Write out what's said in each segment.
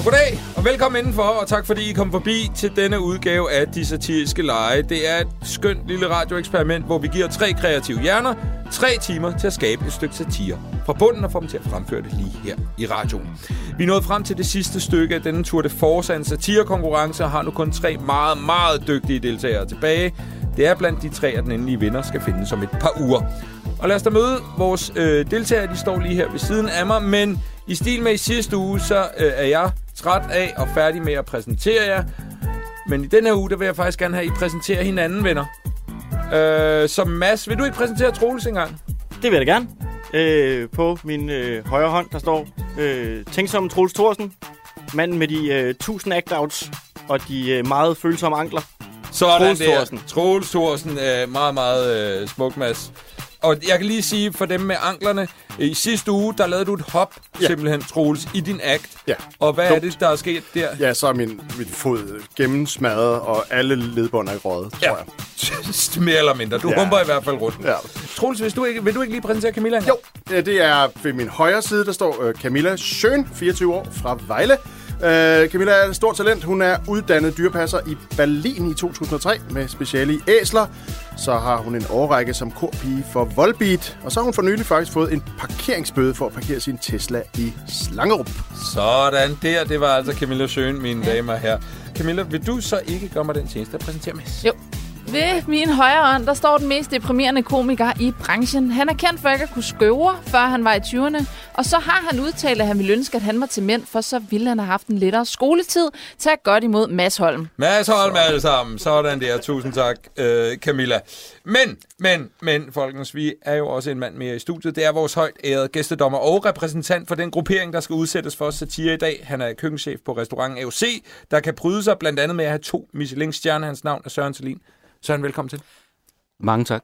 Goddag, og velkommen indenfor, og tak fordi I kom forbi til denne udgave af De Satiriske Lege. Det er et skønt lille radioeksperiment, hvor vi giver 3 kreative hjerner 3 timer til at skabe et stykke satire fra bunden og få dem til at fremføre det lige her i radioen. Vi er nået frem til det sidste stykke af denne tour de force af en satirekonkurrence og har nu kun 3 meget, meget dygtige deltagere tilbage. Det er blandt de 3, at den endelige vinder skal findes om et par uger. Og lad os da møde vores deltagere. De står lige her ved siden af mig, men i stil med i sidste uge, så er jeg træt af og færdig med at præsentere jer. Men i denne uge, der vil jeg faktisk gerne have, at I præsenterer hinanden, venner. Så Mads, vil du ikke præsentere Troels engang? Det vil jeg da gerne. På min højre hånd, der står tænksomme Troels Thorsen. Manden med de 1000 act-outs og de meget følsomme ankler. Sådan der. Troels Thorsen. Meget, meget smuk, Mads. Og jeg kan lige sige for dem med anklerne, i sidste uge, der lavede du et hop, simpelthen, Troels, i din act. Ja. Og hvad er det, der er sket der? Ja, så er min fod gennemsmadret, og alle ledbånd er røget, tror jeg. Mere eller mindre. Du humper i hvert fald rundt. Ja. Troels, vil du ikke lige præsentere Camilla? Jo, det er ved min højre side, der står Camilla Schön, 24 år, fra Vejle. Camilla er et stort talent. Hun er uddannet dyrepasser i Berlin i 2003 med speciale i æsler. Så har hun en årrække som korpige for Volbeat. Og så har hun for nylig faktisk fået en parkeringsbøde for at parkere sin Tesla i Slangerup. Sådan der. Det var altså Camilla Schön, mine damer her. Camilla, vil du så ikke gøre mig den tjeneste at præsentere Mads? Jo. Ved min højre hånd, der står den mest deprimerende komiker i branchen. Han er kendt for ikke at kunne skøvre, før han var i 20'erne. Og så har han udtalt, at han ville ønske, at han var til mænd, for så ville han have haft en lettere skoletid. Tag godt imod Mads Holm. Mads Holm alle sammen. Sådan der. Tusind tak, Camilla. Men, folkens, vi er jo også en mand mere i studiet. Det er vores højt ærede gæstedommer og repræsentant for den gruppering, der skal udsættes for satire i dag. Han er køkkenchef på restauranten AOC, der kan bryde sig blandt andet med at have 2 Michelin-stjerner. Hans navn er Søren Selin. Søren, velkommen til. Mange tak.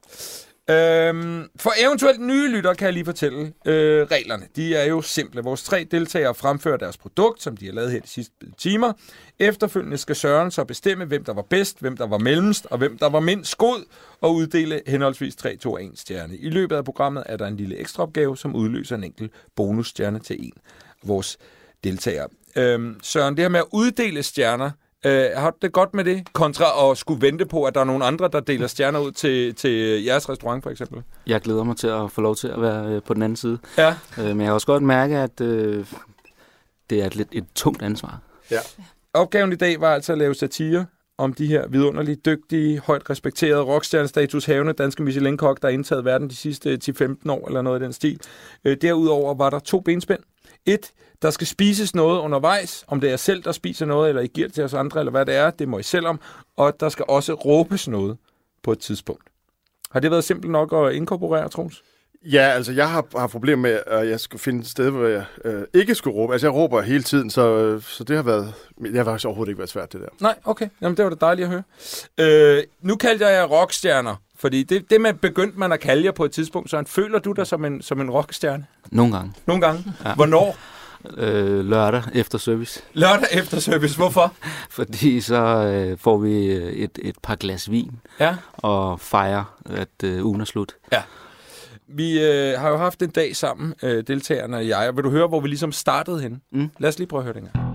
For eventuelt nye lyttere kan jeg lige fortælle reglerne. De er jo simple. Vores 3 deltagere fremfører deres produkt, som de har lavet her de sidste timer. Efterfølgende skal Søren så bestemme, hvem der var bedst, hvem der var mellemst og hvem der var mindst god, og uddele henholdsvis 3, 2 og 1 stjerne. I løbet af programmet er der en lille ekstraopgave, som udløser en enkelt bonusstjerne til en af vores deltagere. Søren, det her med at uddele stjerner, har du det godt med det, kontra at skulle vente på, at der er nogle andre, der deler stjerner ud til jeres restaurant, for eksempel? Jeg glæder mig til at få lov til at være på den anden side. Ja. Men jeg har også godt mærke, at det er et tungt ansvar. Ja. Opgaven i dag var altså at lave satire om de her vidunderligt dygtige, højt respekterede rockstjernestatus havende danske Michelin-kok, der har indtaget verden de sidste 10-15 år, eller noget af den stil. Derudover var der 2 benspænd. 1. Der skal spises noget undervejs, om det er selv, der spiser noget, eller I giver det til os andre, eller hvad det er, det må I selv om. Og der skal også råbes noget på et tidspunkt. Har det været simpelt nok at inkorporere, Troels? Ja, altså jeg har problemer med, at jeg skal finde et sted, hvor jeg ikke skulle råbe. Altså jeg råber hele tiden, så det har været... Det har faktisk overhovedet ikke været svært, det der. Nej, okay. Jamen det var da dejligt at høre. Nu kaldte jeg jer rockstjerner, fordi det man begyndte man at kalde jer på et tidspunkt, så føler du dig som en rockstjerne? Nogle gange. Nogle gange? Ja. Hvornår? Lørdag efter service. Lørdag efter service. Hvorfor? Fordi så får vi et par glas vin og fejrer, at ugen er slut. Ja. Vi har jo haft en dag sammen, deltagerne og jeg. Vil du høre, hvor vi ligesom startede henne? Lad os lige prøve at høre det engang.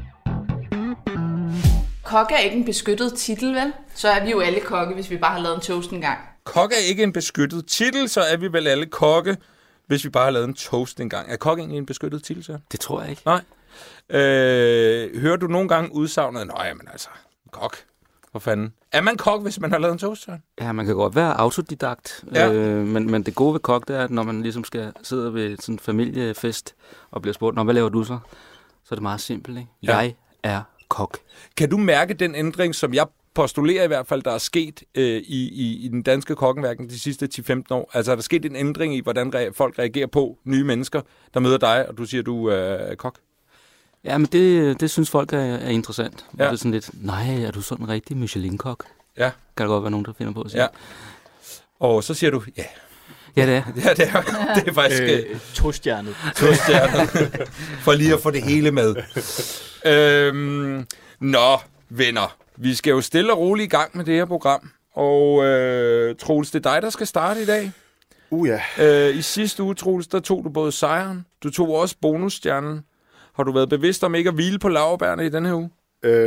Kok er ikke en beskyttet titel, vel? Så er vi jo alle kokke, hvis vi bare har lavet en toast en gang. Kok er ikke en beskyttet titel, så er vi vel alle kokke, hvis vi bare har lavet en toast en gang. Er kok egentlig en beskyttet titel, så? Det tror jeg ikke. Nej. Hører du nogle gange udsagnet, nå jamen altså, kok, hvor fanden? Er man kok, hvis man har lavet en toast, så? Ja, man kan godt være autodidakt, men det gode ved kok, det er, at når man ligesom skal sidde ved sådan en familiefest og bliver spurgt, hvad laver du så? Så er det meget simpelt, ikke? Ja. Jeg er kok. Kan du mærke den ændring, som jeg postulerer i hvert fald, der er sket i den danske kokkenverden de sidste 10-15 år? Altså er der sket en ændring i, hvordan folk reagerer på nye mennesker, der møder dig, og du siger, du er kok? Ja, men det synes folk er interessant. Ja. Det er sådan lidt, nej, er du sådan en rigtig Michelin-kok? Ja. Kan der godt være nogen, der finder på at sige. Ja. Og så siger du, ja. Ja, det er. Ja, det er faktisk... 2-stjernet. 2-stjernet. For lige at få det hele med. Nå, venner. Vi skal jo stille og roligt i gang med det her program. Og Troels, det er dig, der skal starte i dag. Ja. I sidste uge, Troels, der tog du både sejren, du tog også bonusstjernen. Har du været bevidst om ikke at hvile på laurbærne i den her uge?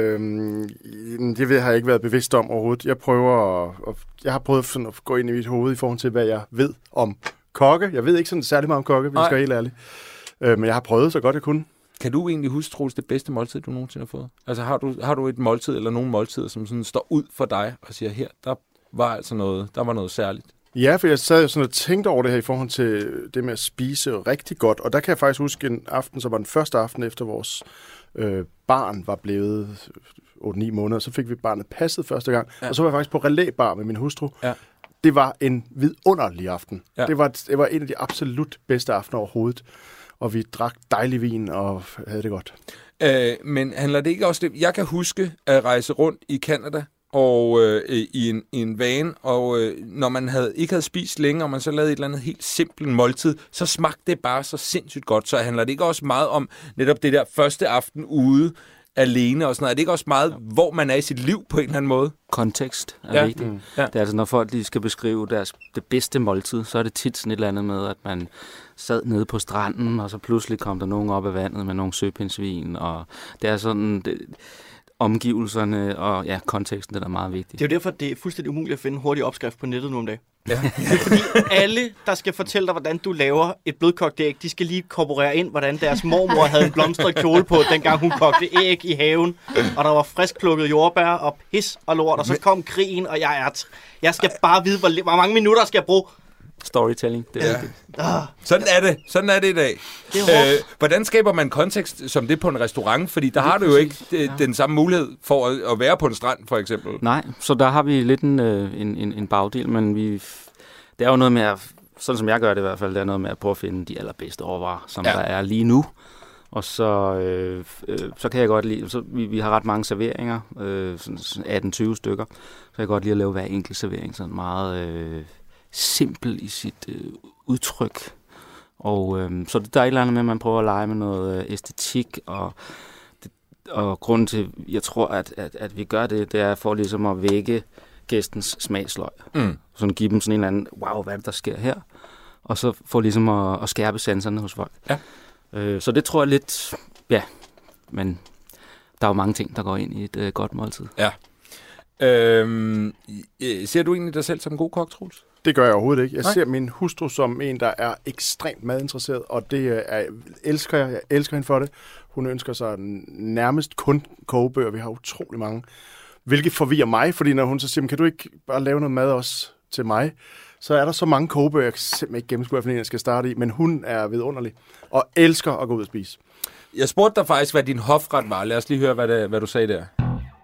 Det har jeg ikke været bevidst om overhovedet. Jeg har prøvet sådan at gå ind i mit hoved i forhold til, hvad jeg ved om kokke. Jeg ved ikke sådan særlig meget om kokke, hvis jeg skal være helt ærlig. Men jeg har prøvet så godt jeg kunne. Kan du egentlig huske, Troels, det bedste måltid, du nogensinde har fået? Altså har du et måltid eller nogle måltider, som sådan står ud for dig og siger, her, der var altså noget særligt? Ja, for jeg sad jo sådan og tænkte over det her i forhold til det med at spise rigtig godt. Og der kan jeg faktisk huske en aften, som var den første aften efter vores barn var blevet 8-9 måneder. Så fik vi barnet passet første gang. Ja. Og så var jeg faktisk på relæbar med min hustru. Ja. Det var en vidunderlig aften. Ja. Det var en af de absolut bedste aftener overhovedet. Og vi drak dejlig vin og havde det godt. Men handler det ikke også det? Jeg kan huske at rejse rundt i Canada og i en van, og når man ikke havde spist længe, og man så lavede et eller andet helt simpelt måltid, så smagte det bare så sindssygt godt. Så handler det ikke også meget om netop det der første aften ude alene og sådan noget? Er det ikke også meget, hvor man er i sit liv på en eller anden måde? Kontekst er vigtigt. Ja. Det er altså, når folk de skal beskrive det bedste måltid, så er det tit sådan et eller andet med, at man sad nede på stranden, og så pludselig kom der nogen op af vandet med nogle søpindsvin, og det er sådan... omgivelserne og konteksten, det er meget vigtigt. Det er jo derfor, det er fuldstændig umuligt at finde en hurtig opskrift på nettet nu om dagen. Ja. Det er fordi alle, der skal fortælle dig, hvordan du laver et blødkogt æg, de skal lige korporere ind, hvordan deres mormor havde en blomstret kjole på, dengang hun kogte æg i haven, og der var friskplukket jordbær og pis og lort, og så kom krigen, og jeg skal bare vide, hvor mange minutter skal jeg bruge. Storytelling, det er rigtigt. Sådan er det i dag. Hvordan skaber man kontekst som det på en restaurant? Fordi der har du jo ikke den samme mulighed for at være på en strand, for eksempel. Nej, så der har vi lidt en bagdel, men det er jo noget med at, sådan som jeg gør det i hvert fald, det er noget med at prøve at finde de allerbedste råvarer, som der er lige nu. Og så kan jeg godt lide, så vi har ret mange serveringer, 18-20 stykker, så jeg kan godt lide at lave hver enkelt servering sådan meget... simpel i sit udtryk. Og så der er et eller andet med, at man prøver at lege med noget æstetik, og grunden til, jeg tror, at vi gør det er for ligesom at vække gæstens smagsløg. Sådan give dem sådan en eller anden, wow, hvad er det, der sker her? Og så for ligesom at skærpe sanserne hos folk. Ja. Så det tror jeg lidt, men der er jo mange ting, der går ind i et godt måltid. Ja. Ser du egentlig dig selv som en god kok, Troels? Det gør jeg overhovedet ikke. Jeg ser min hustru som en, der er ekstremt madinteresseret, og det elsker jeg. Jeg elsker hende for det. Hun ønsker sig nærmest kun kogebøger. Vi har utrolig mange. Hvilket forvirrer mig, fordi når hun så siger, kan du ikke bare lave noget mad også til mig? Så er der så mange kogebøger, jeg kan simpelthen ikke gennemskue, hvilken jeg skal starte i. Men hun er vidunderlig og elsker at gå ud og spise. Jeg spurgte dig faktisk, hvad din hofret var. Lad os lige høre, hvad du sagde der.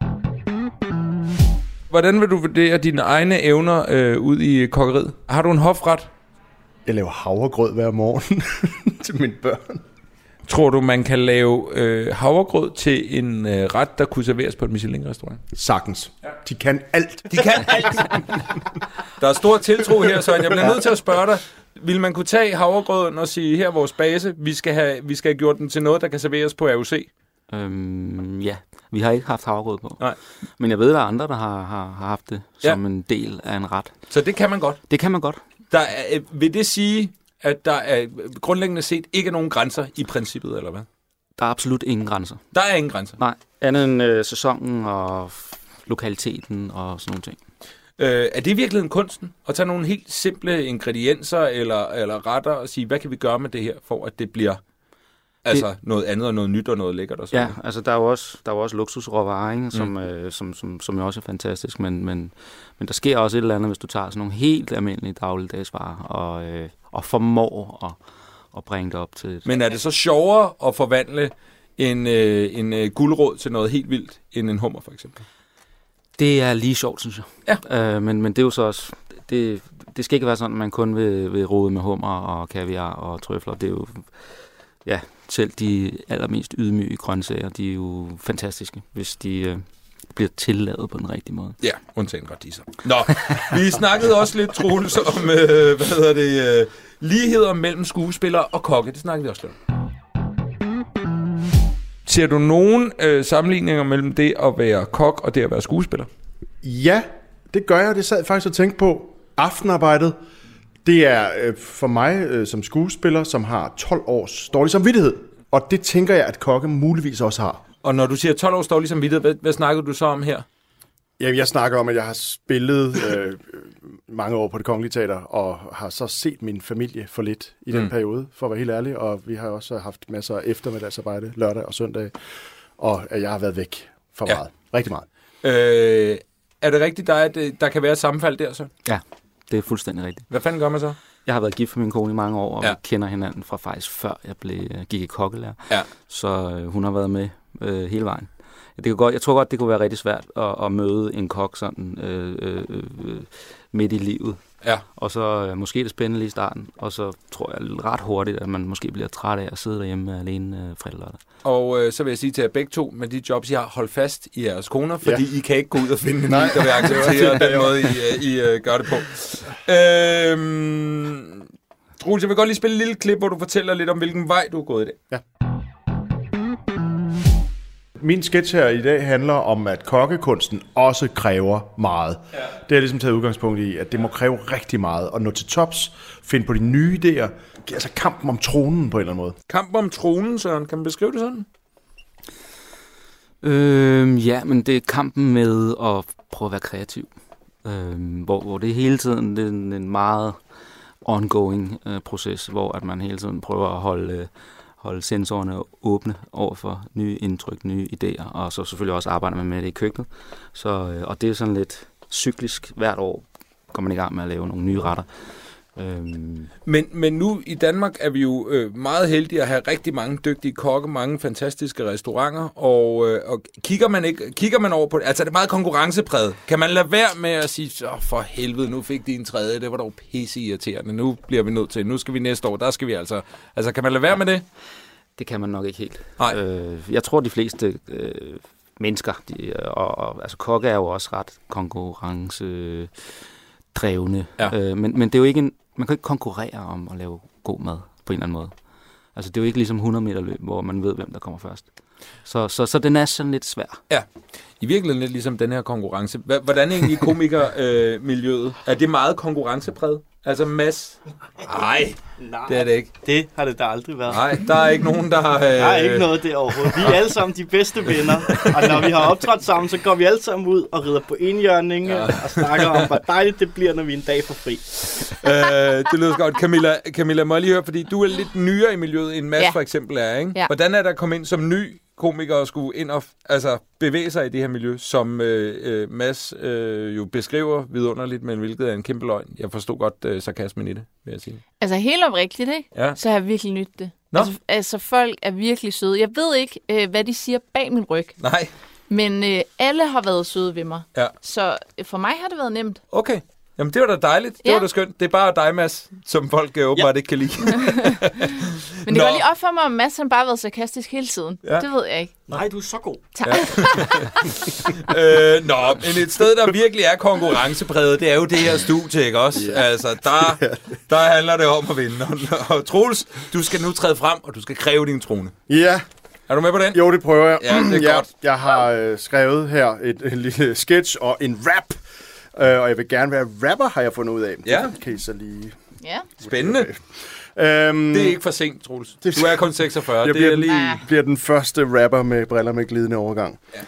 Hvordan vil du vurdere dine egne evner ud i kokkeriet? Har du en hofret? Jeg laver havregrød hver morgen til mine børn. Tror du, man kan lave havregrød til en ret, der kunne serveres på et Michelin-restaurant? Sagtens. Ja. De kan alt. De kan alt. Der er stor tiltro her, så jeg bliver nødt til at spørge dig. Vil man kunne tage havregrøden og sige, her er vores base, vi skal have gjort den til noget, der kan serveres på AOC? Ja, vi har ikke haft havregrød på. Nej. Men jeg ved, der er andre, der har haft det som en del af en ret. Så det kan man godt? Det kan man godt. Vil det sige, at der er grundlæggende set ikke nogen grænser i princippet, eller hvad? Der er absolut ingen grænser. Der er ingen grænser? Nej, andet end sæsonen og lokaliteten og sådan nogle ting. Er det virkelig en kunsten? At tage nogle helt simple ingredienser eller retter og sige, hvad kan vi gøre med det her, for at det bliver noget andet og noget nyt og noget lækkert? Og sådan. Ja, altså der er jo også luksusråvarer, ikke, som jo også er fantastisk, men der sker også et eller andet, hvis du tager sådan nogle helt almindelige dagligdagsvarer og formår at bringe det op til... Men er det så sjovere at forvandle en gulerod til noget helt vildt, end en hummer for eksempel? Det er lige sjovt, synes jeg. Ja. Men det er jo så også... Det skal ikke være sådan, at man kun vil rode med hummer og kaviar og trøfler. Det er jo... Ja, selv de allermest ydmyge grøntsager, de er jo fantastiske, hvis de bliver tillavet på den rigtige måde. Ja, undtagen radiser. Nå, vi snakkede også lidt, Troels, om ligheder mellem skuespillere og kokke. Det snakkede vi også lidt om. Ser du nogen sammenligninger mellem det at være kok og det at være skuespiller? Ja, det gør jeg. Det sad jeg faktisk og tænkte på. Aftenarbejdet, det er for mig som skuespiller, som har 12 års dårlig samvittighed Og det tænker jeg, at kokke muligvis også har. Og når du siger 12 år står ligesom videre, hvad snakker du så om her? Jamen, jeg snakker om, at jeg har spillet mange år på Det Kongelige Teater, og har så set min familie for lidt i den periode, for at være helt ærlig. Og vi har også haft masser af eftermiddagsarbejde lørdag og søndag, og jeg har været væk for meget. Rigtig meget. Er det rigtigt, at der kan være et sammenfald der så? Ja, det er fuldstændig rigtigt. Hvad fanden gør man så? Jeg har været gift for min kone i mange år, og vi kender hinanden fra faktisk før jeg gik i kokkelærer. Ja. Så hun har været med hele vejen. Jeg tror godt, det kunne være rigtig svært at møde en kok sådan midt i livet. Ja. Og så måske det spændende lige i starten, og så tror jeg ret hurtigt, at man måske bliver træt af at sidde derhjemme alene fredag lørdag. Og så vil jeg sige til jer begge to, med de jobs, I har, hold fast i jeres koner, fordi I kan ikke gå ud og finde en ny, der vil acceptere den måde, I gør det på. Troels, jeg vil godt lige spille et lille klip, hvor du fortæller lidt om, hvilken vej du er gået i dag. Ja. Min sketch her i dag handler om, at kokkekunsten også kræver meget. Ja. Det er ligesom taget udgangspunkt i, at det må kræve rigtig meget at nå til tops, finde på de nye idéer, altså kampen om tronen på en eller anden måde. Kampen om tronen, Søren, kan man beskrive det sådan? Ja, men det er kampen med at prøve at være kreativ. Hvor det hele tiden det er en meget ongoing proces, hvor at man hele tiden prøver at holde sensorerne åbne over for nye indtryk, nye idéer, og så selvfølgelig også arbejder med det i køkkenet. Og det er sådan lidt cyklisk. Hvert år går man i gang med at lave nogle nye retter. Men nu i Danmark er vi jo meget heldige at have rigtig mange dygtige kokke, mange fantastiske restauranter, og kigger man over på det, altså det er meget konkurrencepræget. Kan man lade være med at sige, for helvede, nu fik de en tredje, det var dog pisseirriterende, nu bliver vi nødt til, nu skal vi næste år, der skal vi altså kan man lade være med det? Det kan man nok ikke helt. Jeg tror, de fleste mennesker, altså kokke er jo også ret konkurrencedrevne, men det er jo ikke man kan ikke konkurrere om at lave god mad på en eller anden måde. Altså, det er jo ikke ligesom 100 meter løb, hvor man ved, hvem der kommer først. Så den er sådan lidt svær. Ja, i virkeligheden lidt ligesom den her konkurrence. Hvordan er egentlig komikermiljøet? Er det meget konkurrencepræget? Altså Mads? Nej, det er det ikke. Det har det da aldrig været. Nej, der er ikke nogen, der har... Der er ikke noget der overhovedet. Vi er alle sammen de bedste venner. Og når vi har optrådt sammen, så går vi alle sammen ud og rider på enhjørning og snakker om, hvor dejligt det bliver, når vi en dag får fri. Det lyder godt. Camilla, må jeg lige høre, fordi du er lidt nyere i miljøet, end Mads for eksempel er, ikke? Ja. Hvordan er der at komme ind som ny komiker og skulle ind og bevæge sig i det her miljø, som Mads jo beskriver vidunderligt, men hvilket er en kæmpe løgn. Jeg forstod godt sarkasmen i det, vil jeg sige. Altså helt oprigtigt, ikke? Ja. Så har jeg virkelig nydt det. Altså folk er virkelig søde. Jeg ved ikke, hvad de siger bag min ryg. Nej. Men alle har været søde ved mig. Ja. Så for mig har det været nemt. Okay. Jamen, det var da dejligt. Det var da skønt. Det er bare dig, Mads, som folk åbenbart ikke kan lide. Men det går lige op for mig, at Mads han bare har været sarkastisk hele tiden. Ja. Det ved jeg ikke. Nej, du er så god. Tak. Ja. Men et sted, der virkelig er konkurrencepræget, det er jo det her studie, ikke også? Yeah. Altså, der handler det om at vinde. Og Troels, du skal nu træde frem, og du skal kræve din trone. Ja. Er du med på den? Jo, det prøver jeg. Ja, det er godt. Jeg har skrevet her en lille sketch og en rap. Og jeg vil gerne være rapper, har jeg fundet ud af. Ja. Kan I så lige... Ja. Spændende. Det er ikke for sent, Troels. Du er kun 46. Jeg bliver den første rapper med briller med glidende overgang. Ja.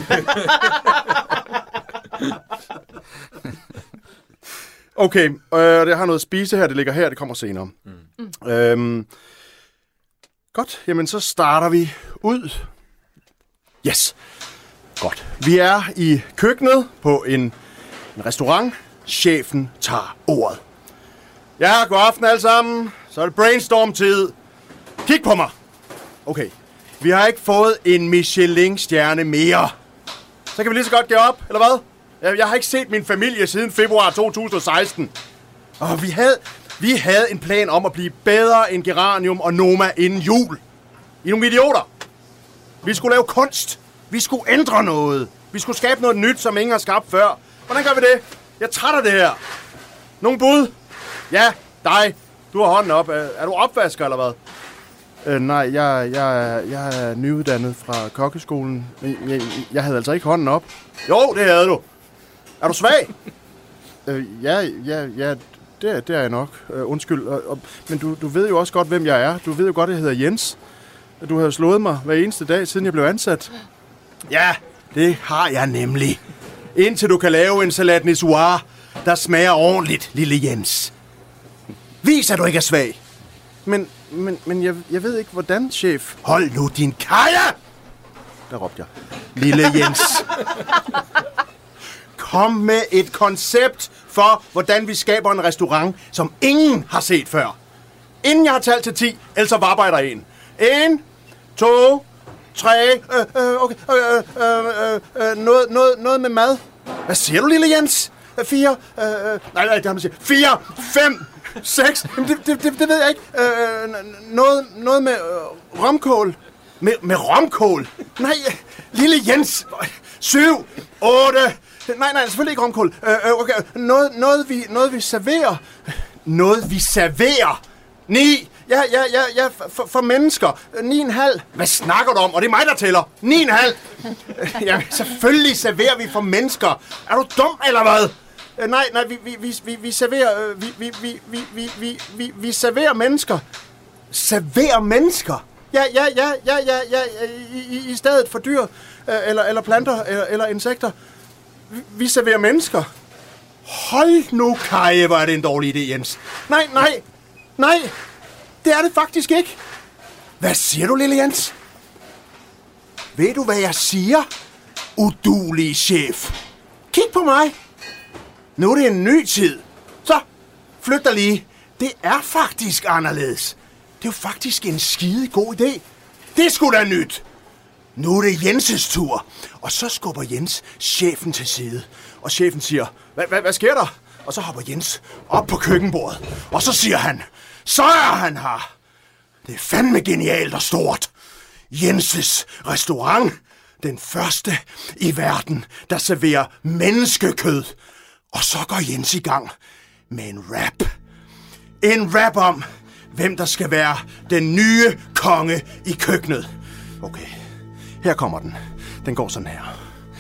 Okay, jeg har noget at spise her. Det ligger her, det kommer senere. Godt, jamen så starter vi ud. Yes. Godt. Vi er i køkkenet på en restaurant. Chefen tager ordet. Ja, god aften alle sammen. Så er det brainstorm-tid. Kig på mig. Okay, vi har ikke fået en Michelin-stjerne mere. Så kan vi lige så godt give op, eller hvad? Jeg har ikke set min familie siden februar 2016. Og vi havde en plan om at blive bedre end Geranium og Noma inden jul. I nogle idioter. Vi skulle lave kunst. Vi skulle ændre noget. Vi skulle skabe noget nyt, som ingen har skabt før. Hvordan gør vi det? Jeg er træt af det her. Nogle bud? Ja, dig. Du har hånden op. Er du opvasker, eller hvad? Nej, jeg er nyuddannet fra kokkeskolen. Jeg havde altså ikke hånden op. Jo, det havde du. Er du svag? Ja, det er jeg nok. Undskyld. Men du ved jo også godt, hvem jeg er. Du ved jo godt, jeg hedder Jens. at du havde slået mig hver eneste dag, siden jeg blev ansat. Ja, det har jeg nemlig. Indtil du kan lave en salat niçoise, der smager ordentligt, lille Jens. Vis, at du ikke er svag. Men jeg ved ikke, hvordan, chef. Hold nu din kaja! Der råbte jeg. Lille Jens. Kom med et koncept for, hvordan vi skaber en restaurant, som ingen har set før. Inden jeg har talt til 10, ellers arbejder en. 1, 2, 3, okay, noget med mad. Hvad siger du, lille Jens? 4, nej, det har man sagt. 4, 5, 6, det ved jeg ikke. Noget med romkål. Med romkål? Nej, lille Jens. 7, 8, nej, selvfølgelig ikke romkål. Okay, noget vi serverer. Noget vi serverer. 9, ja, for mennesker. 9,5. Hvad snakker du om? Og det er mig, der tæller. 9,5. Ja, selvfølgelig serverer vi for mennesker. Er du dum, eller hvad? Nej, vi serverer... Vi serverer mennesker. Serverer mennesker? Ja, i stedet for dyr, eller planter, eller insekter. Vi serverer mennesker. Hold nu, Kaje, hvor er det en dårlig idé, Jens. Nej, det er det faktisk ikke. Hvad siger du, lille Jens? Ved du, hvad jeg siger? Uduelig chef. Kig på mig. Nu er det en ny tid. Så, flyt dig lige. Det er faktisk anderledes. Det er jo faktisk en skide god idé. Det er sgu da nyt. Nu er det Jenses tur. Og så skubber Jens chefen til side. Og chefen siger, hvad sker der? Og så hopper Jens op på køkkenbordet. Og så siger han, så er han her. Det er fandme genialt og stort. Jenses restaurant. Den første i verden, der serverer menneskekød. Og så går Jens i gang med en rap. En rap om, hvem der skal være den nye konge i køkkenet. Okay, her kommer den. Den går sådan her.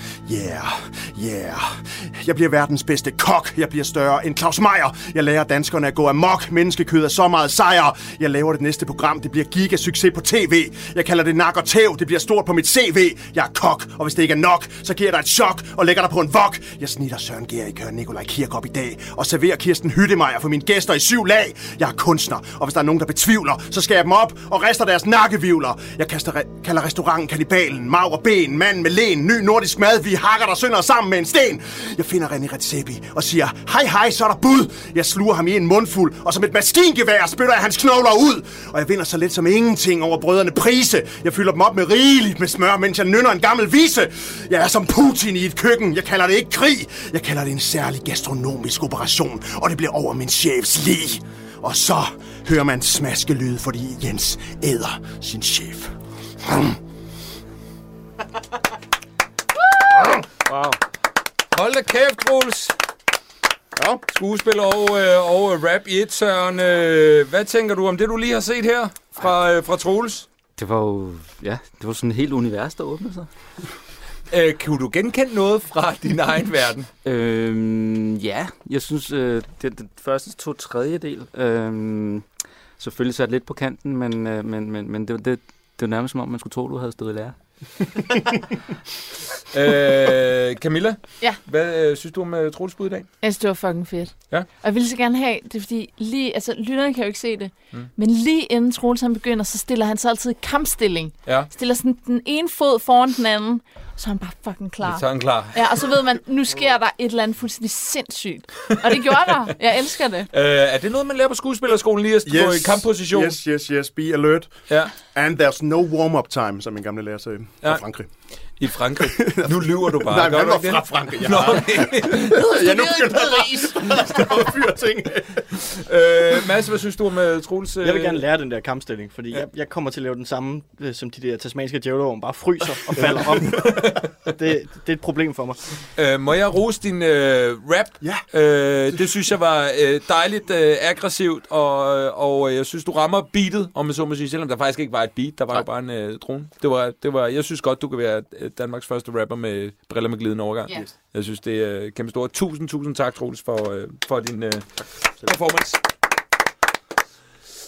Yeah. Jeg bliver verdens bedste kok. Jeg bliver større end Claus Meyer. Jeg lærer danskerne at gå amok. Menneskekød er så meget sejr. Jeg laver det næste program. Det bliver gigasucces på tv. Jeg kalder det nak og tæv. Det bliver stort på mit CV. Jeg er kok, og hvis det ikke er nok, så giver jeg dig et chok og lægger dig på en vok. Jeg snitter Søren Gerik og Nikolaj Kirk op i dag og serverer Kirsten Hyttemeier for mine gæster i 7 lag. Jeg er kunstner, og hvis der er nogen, der betvivler, så skærer jeg dem op og rister deres nakkevivler. Jeg kalder restauranten Kannibalen, magre ben, mand med len, ny nordisk mad. Vi hakker der synder sammen med en sten. Jeg finder René Redzepi og siger, hej, så er der bud. Jeg sluger ham i en mundfuld, og som et maskingevær spytter jeg hans knogler ud. Og jeg vinder så lidt som ingenting over brødrene Prise. Jeg fylder dem op med rigeligt med smør, mens jeg nynner en gammel vise. Jeg er som Putin i et køkken. Jeg kalder det ikke krig. Jeg kalder det en særlig gastronomisk operation, og det bliver over min chefs lig. Og så hører man smaskelyd, fordi Jens æder sin chef. Wow. Hold da kæft, Troels. Ja. Skuespil og rap i et, Søren. Hvad tænker du om det, du lige har set her fra Troels? Det var jo, det var sådan et helt univers, der åbnede sig. Kunne du genkende noget fra din egen verden? Ja, jeg synes, det første 2/3 selvfølgelig sat lidt på kanten, men det var nærmest som om, man skulle tro, du havde stået i lære. Camilla? Ja. Hvad synes du om Troels bud i dag? Jeg synes, det var fucking fedt. Ja. Og jeg ville så gerne have det, fordi lytterne kan jo ikke se det, men lige inden Troels han begynder, så stiller han sig altid i kampstilling. Ja. Stiller sådan den ene fod foran den anden, så er han bare fucking klar. Så er han klar. Ja, og så ved man, nu sker der et eller andet fuldstændig sindssygt. Og det gjorde der. Jeg elsker det. Er det noget, man lærer på skuespillerskolen lige at gå i kampposition? Yes. Be alert. Ja. And there's no warm-up time, som min gamle lærer sagde fra Frankrig. I Frankrig? Nu lyver du bare. Nej, men han var fra Frankrig. Ja. Ja, nu begynder jeg at fyre ting. Mads, hvad synes du om Troels? Jeg vil gerne lære den der kampstilling, fordi jeg kommer til at lave den samme, som de der tasmanske djævler, hvor man bare fryser og falder om. Det er et problem for mig. Må jeg rose din rap? Ja. Det synes jeg var dejligt aggressivt, og jeg synes, du rammer beatet, om man så må sige, selvom der faktisk ikke var et beat, der var jo bare en drone. Det var, jeg synes godt, du kan være Danmarks første rapper med briller med glidende overgang. Yes. Jeg synes, det er kæmpe stort. Tusind tak, Troels, for din performance.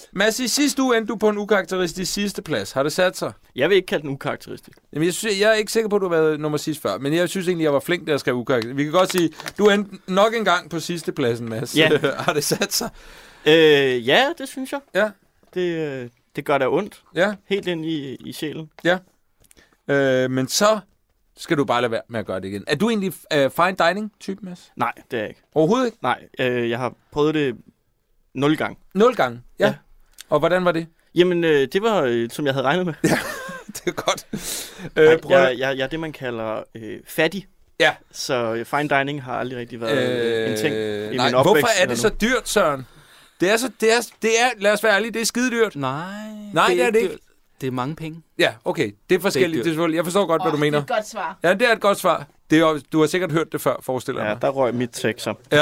Mads, i sidste uge endte du på en ukarakteristisk sidste plads. Har det sat sig? Jeg vil ikke kalde den ukarakteristisk. Jamen, jeg er ikke sikker på, at du har været nummer sidst før, men jeg synes egentlig, jeg var flink, da jeg skrev ukarakteristisk. Vi kan godt sige, du endte nok en gang på sidste pladsen, Mads. Ja. Har det sat sig? Ja, det synes jeg. Ja. Det gør da ondt. Ja. Helt ind i sjælen. Ja. Men så skal du bare lade være med at gøre det igen. Er du egentlig fine dining-type, Mads? Nej, det er jeg ikke. Overhovedet ikke? Nej, jeg har prøvet det 0 gange. 0 gange? Ja. Ja. Og hvordan var det? Jamen, det var, som jeg havde regnet med. Ja, det er godt. Jeg er det, man kalder fattig. Ja. Så fine dining har aldrig rigtig været en ting i min opvækst. Hvorfor er det så dyrt, Søren? Det er, lad os være ærlige, det er skide dyrt. Nej, det er det ikke. Det er mange penge. Ja, okay. Det er forskelligt. Det er selvfølgelig. Jeg forstår godt, hvad du mener. Det er et godt svar. Ja, det er et godt svar. Du har sikkert hørt det før, forestiller jeg Ja, mig. der røg mit sekser. Ja.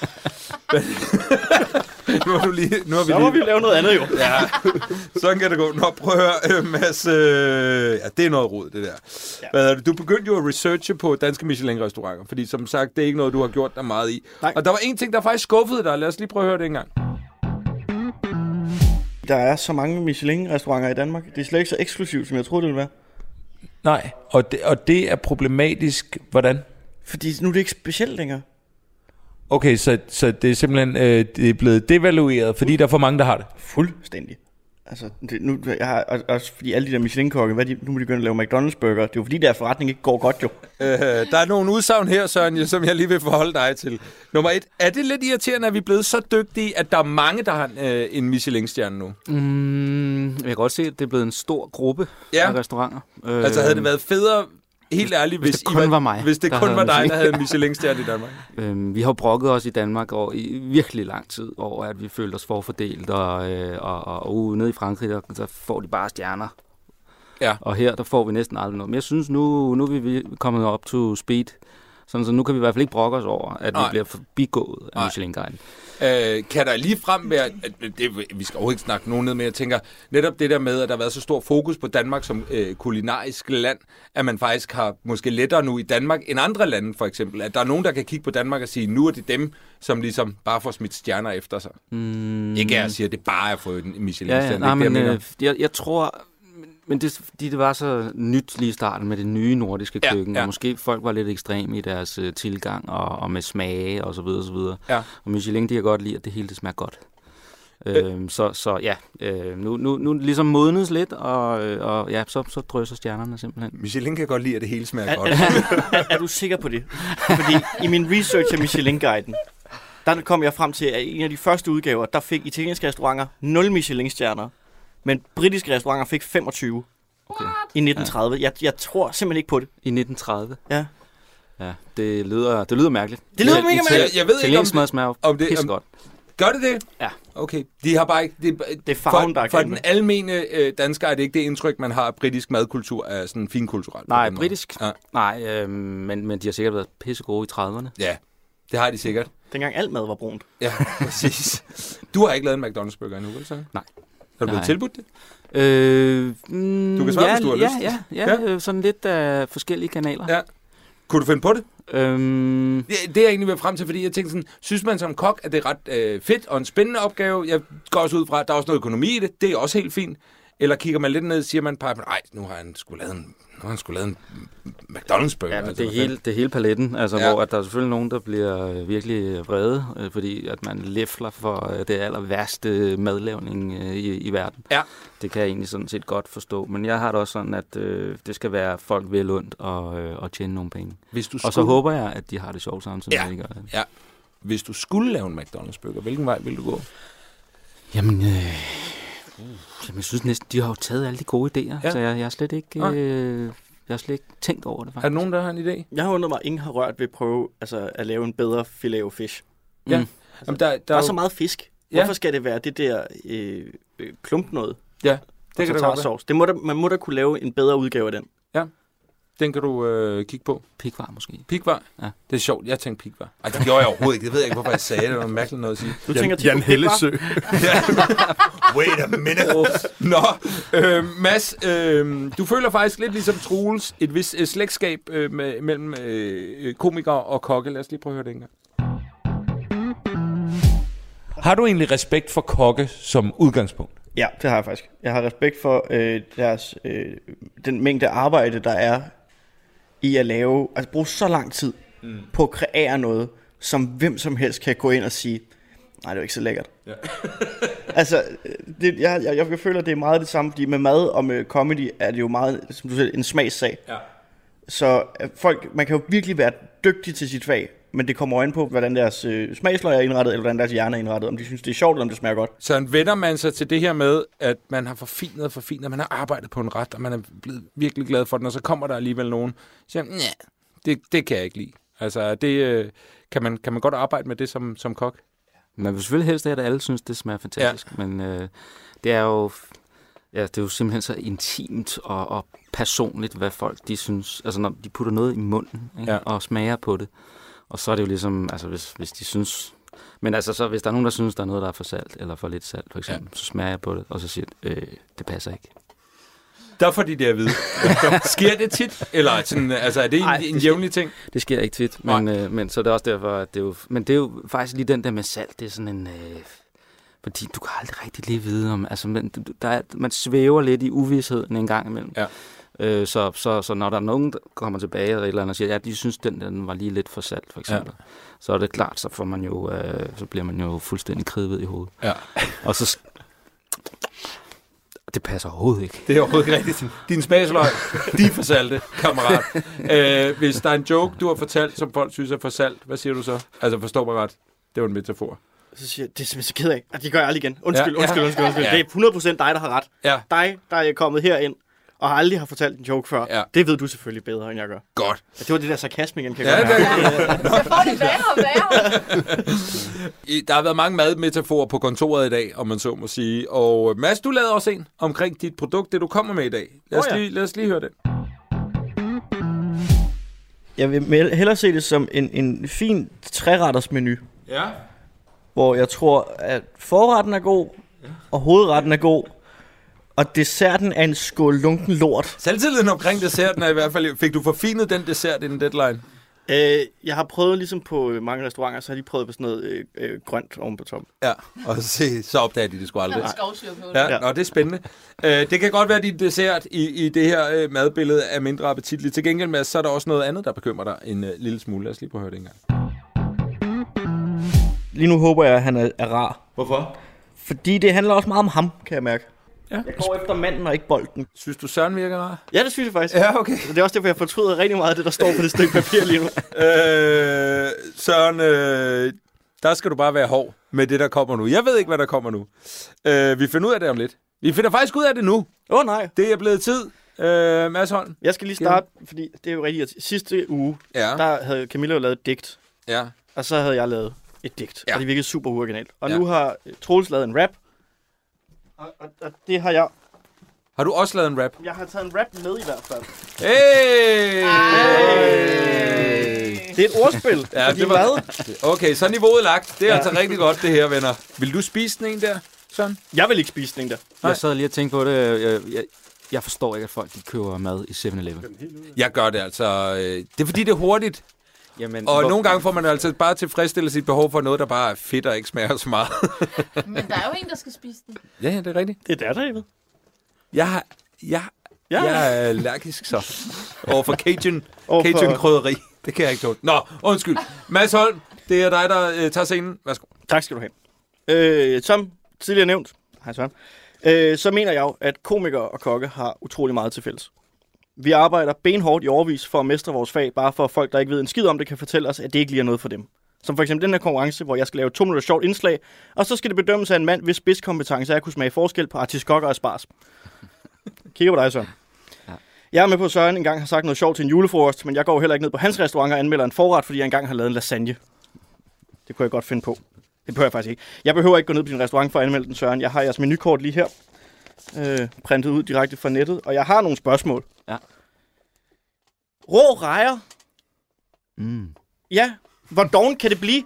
Så må vi lave noget andet jo. Ja, sådan kan det gå. Nå, prøv at høre, Mads. Ja, det er noget rod, det der. Ja. Du begyndte jo at researche på danske Michelin-restauranter, fordi som sagt, det er ikke noget, du har gjort dig meget i. Nej. Og der var en ting, der faktisk skuffede dig. Lad os lige prøve at høre det en gang. Der er så mange Michelin-restauranter i Danmark. Det er slet ikke så eksklusivt, som jeg troede, det ville være. Nej, og det er problematisk. Hvordan? Fordi nu er det ikke specielt længere. Okay, så det er simpelthen det er blevet devalueret, fordi der er for mange, der har det. Fuldstændig. Altså, jeg har også fordi alle de der Michelin-kokke, nu må de begynde at lave McDonald's-burger. Det er jo fordi, deres forretning ikke går godt jo. Der er nogle udsagn her, Søren, som jeg lige vil forholde dig til. Nummer 1. Er det lidt irriterende, at vi er blevet så dygtige, at der er mange, der har en Michelin-stjerne nu? Jeg kan godt se, at det er blevet en stor gruppe af restauranter. Altså havde det været federe, helt ærligt, hvis det kun var mig, hvis det kun var dig, der havde en Michelin-stjerne i Danmark? Vi har brokket os i Danmark over i virkelig lang tid over, at vi følte os forfordelt, og nede i Frankrig, der får de bare stjerner. Ja. Og her, der får vi næsten aldrig noget. Men jeg synes, nu er vi kommet op to speed, så nu kan vi i hvert fald ikke brokke os over, at vi bliver forbigået af Michelin-guiden. Kan der lige frem være, vi skal overhovedet ikke snakke nogen ned med, jeg tænker netop det der med, at der har været så stor fokus på Danmark som kulinarisk land, at man faktisk har måske lettere nu i Danmark end andre lande for eksempel, at der er nogen, der kan kigge på Danmark og sige, nu er det dem, som bare får smidt stjerner efter sig. Ikke jeg siger, det bare er at få en Michelin-stjerne. Jeg tror... Men det fordi det var så nyt lige i starten med det nye nordiske køkken, og måske folk var lidt ekstreme i deres tilgang og med smage og så videre og så videre. Ja. Og Michelin, de kan godt lide, at det hele det smager godt. Nu ligesom modnes lidt, og så drøser stjernerne simpelthen. Michelin kan godt lide, at det hele smager godt. Er du sikker på det? Fordi i min research af Michelin-guiden, der kom jeg frem til, at en af de første udgaver, der fik italienske restauranter 0 Michelin-stjerner. Men britiske restauranter fik 25 i 1930. Ja. Jeg tror simpelthen ikke på det. I 1930? Ja. Ja, det lyder mærkeligt. Det lyder mega mærkeligt. Jeg ved ikke, om det smager pissegodt. Gør det? Ja. Okay. De har bare ikke... Det er farven, der er for den almene dansker er det ikke det indtryk, man har af britisk madkultur af sådan finkulturelt. Nej, britisk? Ja. Nej, men de har sikkert været pissegode i 30'erne. Ja, det har de sikkert. Dengang alt mad var brunt. Ja, præcis. Du har ikke lavet en McDonald's-burger endnu, vel så? Nej. Har du blevet tilbudt det? Du kan svare, hvis du har lyst. Ja, sådan lidt af forskellige kanaler. Ja. Kunne du finde på det? Det er jeg egentlig ved frem til, fordi jeg tænkte sådan, synes man som kok, at det er ret fedt og en spændende opgave? Jeg går også ud fra, at der er også noget økonomi i det. Det er også helt fint. Eller kigger man lidt ned og siger man bare, nej, nu har han sgu lavet en McDonald's-burger. Ja, altså, det er hele paletten, altså, hvor at der er selvfølgelig nogen, der bliver virkelig vrede, fordi at man læfler for det aller værste madlavning i verden. Ja. Det kan jeg egentlig sådan set godt forstå, men jeg har det også sådan, at det skal være folk vel ondt og tjene nogle penge. Og så håber jeg, at de har det sjovt samtidig, når de gør det. Ja. Hvis du skulle lave en McDonald's-burger, hvilken vej ville du gå? Jamen, jeg synes næsten, de har jo taget alle de gode idéer, så jeg har slet ikke... Jeg har slet ikke tænkt over det, faktisk. Er der nogen, der har en idé? Jeg har undret mig, at ingen har rørt ved at prøve at lave en bedre filet of fish. Ja. Altså, der er så meget fisk. Hvorfor skal det være det der klump noget? Ja, det kan det godt være. Man må da kunne lave en bedre udgave af den. Ja, den kan du kigge på. Pikvar måske. Pikvar? Ja. Det er sjovt, jeg tænkte pikvar. Ej, det gjorde jeg overhovedet ikke. Det ved jeg ikke, hvorfor jeg sagde det. Det var mærkeligt noget at sige. Du tænker Jan Hellesø. Wait a minute. Nå, Mads, du føler faktisk lidt ligesom Troels et vist slægtskab mellem komikere og kokke. Lad os lige prøve at høre det en gang. Har du egentlig respekt for kokke som udgangspunkt? Ja, det har jeg faktisk. Jeg har respekt for den mængde arbejde, der er i at lave, altså bruge så lang tid på at kreere noget, som hvem som helst kan gå ind og sige, nej, det er jo ikke så lækkert. Ja. Altså, jeg føler, at det er meget det samme, fordi med mad og med comedy er det jo meget, som du siger, en smagssag. Ja. Så folk, man kan jo virkelig være dygtig til sit fag, men det kommer øjen på, hvordan deres smagsløg er indrettet, eller hvordan deres hjerne er indrettet, om de synes, det er sjovt, eller om det smager godt. Så vender man sig til det her med, at man har forfinet, man har arbejdet på en ret, og man er blevet virkelig glad for den, og så kommer der alligevel nogen, og siger, nej, det kan jeg ikke lide. Altså, det kan man godt arbejde med det som kok? Man vil selvfølgelig helst have, at alle synes, det smager fantastisk, men det er jo... Ja, det er jo simpelthen så intimt og personligt, hvad folk de synes. Altså når de putter noget i munden, ikke? Ja. Og smager på det. Og så er det jo ligesom, altså hvis de synes... Men altså så hvis der er nogen, der synes, der er noget, der er for salt, eller for lidt salt for eksempel, så smager jeg på det, og så siger det passer ikke. Der får de det at vide. Sker det tit? Eller sådan, altså, er det en jævnlig ting? Det sker ikke tit, men så er det også derfor, at det er jo... Men det er jo faktisk lige den der med salt, det er sådan en... Fordi du kan aldrig rigtig lige vide om... Altså, man svæver lidt i uvidsheden en gang imellem. Ja. Så når der er nogen, der kommer tilbage eller et eller andet og siger, ja, de synes, den var lige lidt for salt, for eksempel. Ja. Så er det klart, så får man jo, så bliver man jo fuldstændig kridhvid i hovedet. Ja. Og så... Det passer overhovedet ikke. Det er overhovedet ikke rigtigt. Din smagsløg, de er for salte, kammerat. Hvis der er en joke, du har fortalt, som folk synes er for salt, hvad siger du så? Altså, forstår mig ret. Det var en metafor. Så siger jeg, det er simpelthen så ked af, og det gør jeg aldrig igen. Undskyld. Det er 100% dig, der har ret. Ja. Dig, der er kommet herind, og har aldrig har fortalt en joke før. Ja. Det ved du selvfølgelig bedre, end jeg gør. Godt. Ja, det var det der sarkasme igen, kan jeg gøre. Så får det værre og værre. Der har været mange madmetaforer på kontoret i dag, om man så må sige. Og Mads, du lavede også en omkring dit produkt, det du kommer med i dag. Lad os lige høre det. Jeg vil hellere se det som en fin treretters menu. Ja. Hvor jeg tror, at forretten er god, og hovedretten er god, og desserten er en skål lunken lort. Selvtilliden omkring desserten er i hvert fald... Fik du forfinet den dessert i den deadline? Jeg har prøvet, ligesom på mange restauranter, så har de prøvet på sådan noget grønt oven på toppen. Ja, og så opdager de det sgu aldrig. Ja, nå, det er spændende. Det kan godt være, at din dessert i det her madbillede er mindre appetitligt. Til gengæld med, så er der også noget andet, der bekymrer dig en lille smule. Lad os lige prøve at høre det engang. Lige nu håber jeg, at han er rar. Hvorfor? Fordi det handler også meget om ham, kan jeg mærke. Ja. Jeg går efter manden og ikke bolden. Synes du, Søren virker rar? Ja, det synes jeg faktisk. Ja, okay. Det er også derfor, jeg fortryder rigtig meget af det, der står på det stykke papir lige nu. Søren, der skal du bare være hård med det, der kommer nu. Jeg ved ikke, hvad der kommer nu. Vi finder ud af det om lidt. Vi finder faktisk ud af det nu. Nej. Det er blevet tid. Mads Holm. Jeg skal lige starte, fordi det er jo rigtigt. Sidste uge, der havde Camilla jo lavet et digt. Ja. Og så havde jeg lavet et digt. Ja. Og det virkede super uoriginalt. Og nu har Troels lavet en rap. Og det har jeg... Har du også lavet en rap? Jeg har taget en rap med i hvert fald. Hey! Det er et ordspil. Ja, det var... Okay, så er niveauet lagt. Det er altså rigtig godt, det her, venner. Vil du spise den en der, Søren? Jeg vil ikke spise den en der. Jeg sad lige og tænkte på det. Jeg forstår ikke, at folk de køber mad i 7-Eleven. Jeg gør det altså. Det er fordi, det er hurtigt. Jamen, og nogle gange får man altså bare tilfredsstille sit behov for noget, der bare er fedt og ikke smager så meget. Men der er jo en, der skal spise den. Ja, det er rigtigt. Det er der, David. Jeg er allergisk så. Overfor Cajun-krydderi. Det kan jeg ikke tåle. Nå, undskyld. Mads Holm, det er dig, der tager scenen. Værsgo. Tak skal du have. Som tidligere nævnt, hej Søren, så mener jeg jo, at komikere og kokke har utrolig meget til fælles. Vi arbejder benhårdt i årevis for at mestre vores fag, bare for at folk, der ikke ved en skid om det, kan fortælle os, at det ikke lige er noget for dem. Som for eksempel den her konkurrence, hvor jeg skal lave 2 minutter sjovt indslag, og så skal det bedømmes af en mand, hvis spidskompetence er at kunne smage forskel på artiskokker og spars. Kigger på dig, Søren. Ja. Jeg er med på, at Søren engang har sagt noget sjovt til en julefrokost, men jeg går heller ikke ned på hans restaurant og anmelder en forret, fordi jeg engang har lavet en lasagne. Det kunne jeg godt finde på. Det behøver jeg faktisk ikke. Jeg behøver ikke gå ned på din restaurant for at anmelde den, Søren. Jeg har jeres menukort lige her. Printet ud direkte fra nettet, og jeg har nogle spørgsmål. Ja. Rå rejer. Ja, hvor doven kan det blive?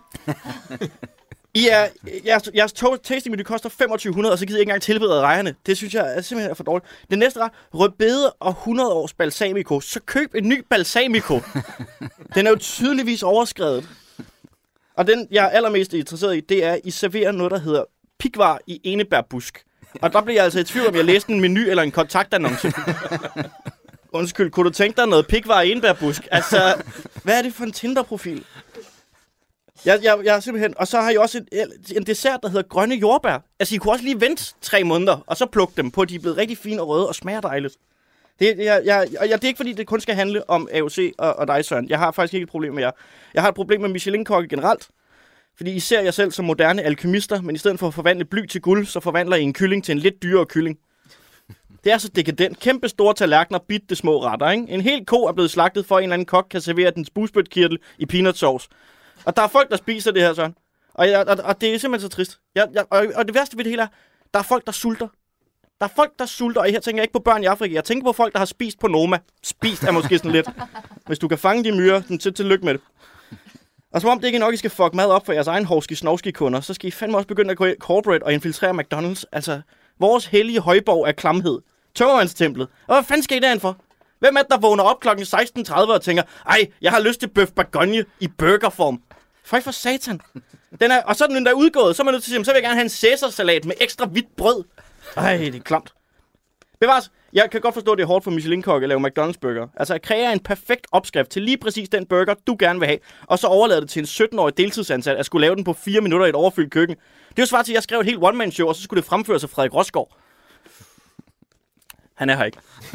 Jeres tasting menu koster 2500, og så gider jeg ikke engang tilberede rejerne. Det synes jeg er simpelthen for dårligt. Det næste ret, rødbede og 100 års balsamico. Så køb en ny balsamico. Den er jo tydeligvis overskredet. Og den, jeg er allermest interesseret i, det er, at I serverer noget, der hedder pikvar i enebærbusk. Og der bliver jeg altså i tvivl, om jeg læste en menu eller en kontaktannonce. Undskyld, kunne du tænke dig noget pikvar i enebærbusk? Altså, hvad er det for en Tinder-profil? Jeg er simpelthen... Og så har jeg også en dessert, der hedder grønne jordbær. Altså, I kunne også lige vente 3 måneder, og så plukke dem på, at de er blevet rigtig fine og røde og smager dejligt. Det er ikke, fordi det kun skal handle om AOC og dig, Søren. Jeg har faktisk ikke et problem med jer. Jeg har et problem med Michelin-kokke generelt. Fordi I ser jer selv som moderne alkymister, men i stedet for at forvandle bly til guld, så forvandler I en kylling til en lidt dyrere kylling. Det er så dekadent. Kæmpe store tallerkener, bitte små retter, ikke? En hel ko er blevet slagtet, for en eller anden kok kan servere dens busbødkirtel i peanut sauce. Og der er folk, der spiser det her, Søren. Og det er simpelthen så trist. Og det værste ved det hele er, der er folk, der sulter. Der er folk, der sulter, og her tænker jeg ikke på børn i Afrika. Jeg tænker på folk, der har spist på Noma. Spist er måske sådan lidt. Hvis du kan fange de myrer, tillykke med det. Og som om det ikke er nok, I skal fuck mad op for jeres egen hovski-snovski-kunder, så skal I fandme også begynde at gå corporate og infiltrere McDonald's. Altså, vores hellige højborg af klamhed. Tømmermandstemplet. Og hvad fanden skal I derind for? Hvem er det, der vågner op klokken 16.30 og tænker, ej, jeg har lyst til bøf bourgogne i burgerform? For satan. Og så er den der udgået, så er man nødt til at sige, så vil jeg gerne have en Cæsar-salat med ekstra hvidt brød. Ej, det er klamt. Bevares, jeg kan godt forstå, at det er hårdt for Michelin-kokke at lave McDonald's-burger. Altså at kreere en perfekt opskrift til lige præcis den burger, du gerne vil have, og så overlade det til en 17-årig deltidsansat at skulle lave den på 4 minutter i et overfyldt køkken. Det er jo svært til, at jeg skrev et helt one-man-show, og så skulle det fremføres af Frederik Rosgaard. Han er her ikke.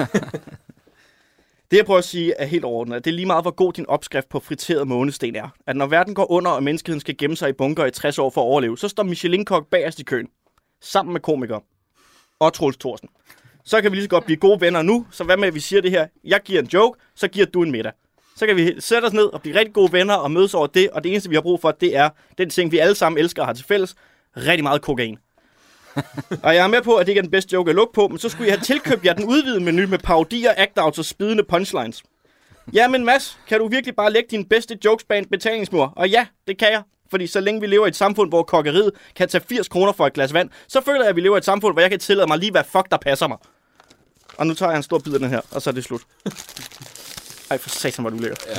Det jeg prøver at sige er helt overordnet, det er lige meget, hvor god din opskrift på friteret månesten er. At når verden går under, og menneskeheden skal gemme sig i bunker i 60 år for at overleve, så står Michelin-kok bagerst i køen. Sammen med komikere. Og Troels Thorsen. Så kan vi lige så godt blive gode venner nu. Så hvad med, at vi siger det her? Jeg giver en joke, så giver du en middag. Så kan vi sætte os ned og blive rigtig gode venner og mødes over det. Og det eneste, vi har brug for, det er den ting, vi alle sammen elsker og har til fælles. Rigtig meget kokain. Og jeg er med på, at det ikke er den bedste joke at lukke på, men så skulle jeg have tilkøbt jer den udvidede menu med parodier, act-outs og spidende punchlines. Jamen Mads, kan du virkelig bare lægge din bedste jokes bag en betalingsmur? Og ja, det kan jeg. Fordi så længe vi lever i et samfund, hvor kokkeriet kan tage 80 kroner for et glas vand, så føler jeg, at vi lever i et samfund, hvor jeg kan tillade mig lige, hvad fuck der passer mig. Og nu tager jeg en stor bid af den her, og så er det slut. Ej, for satan, hvor du lækker. Ja.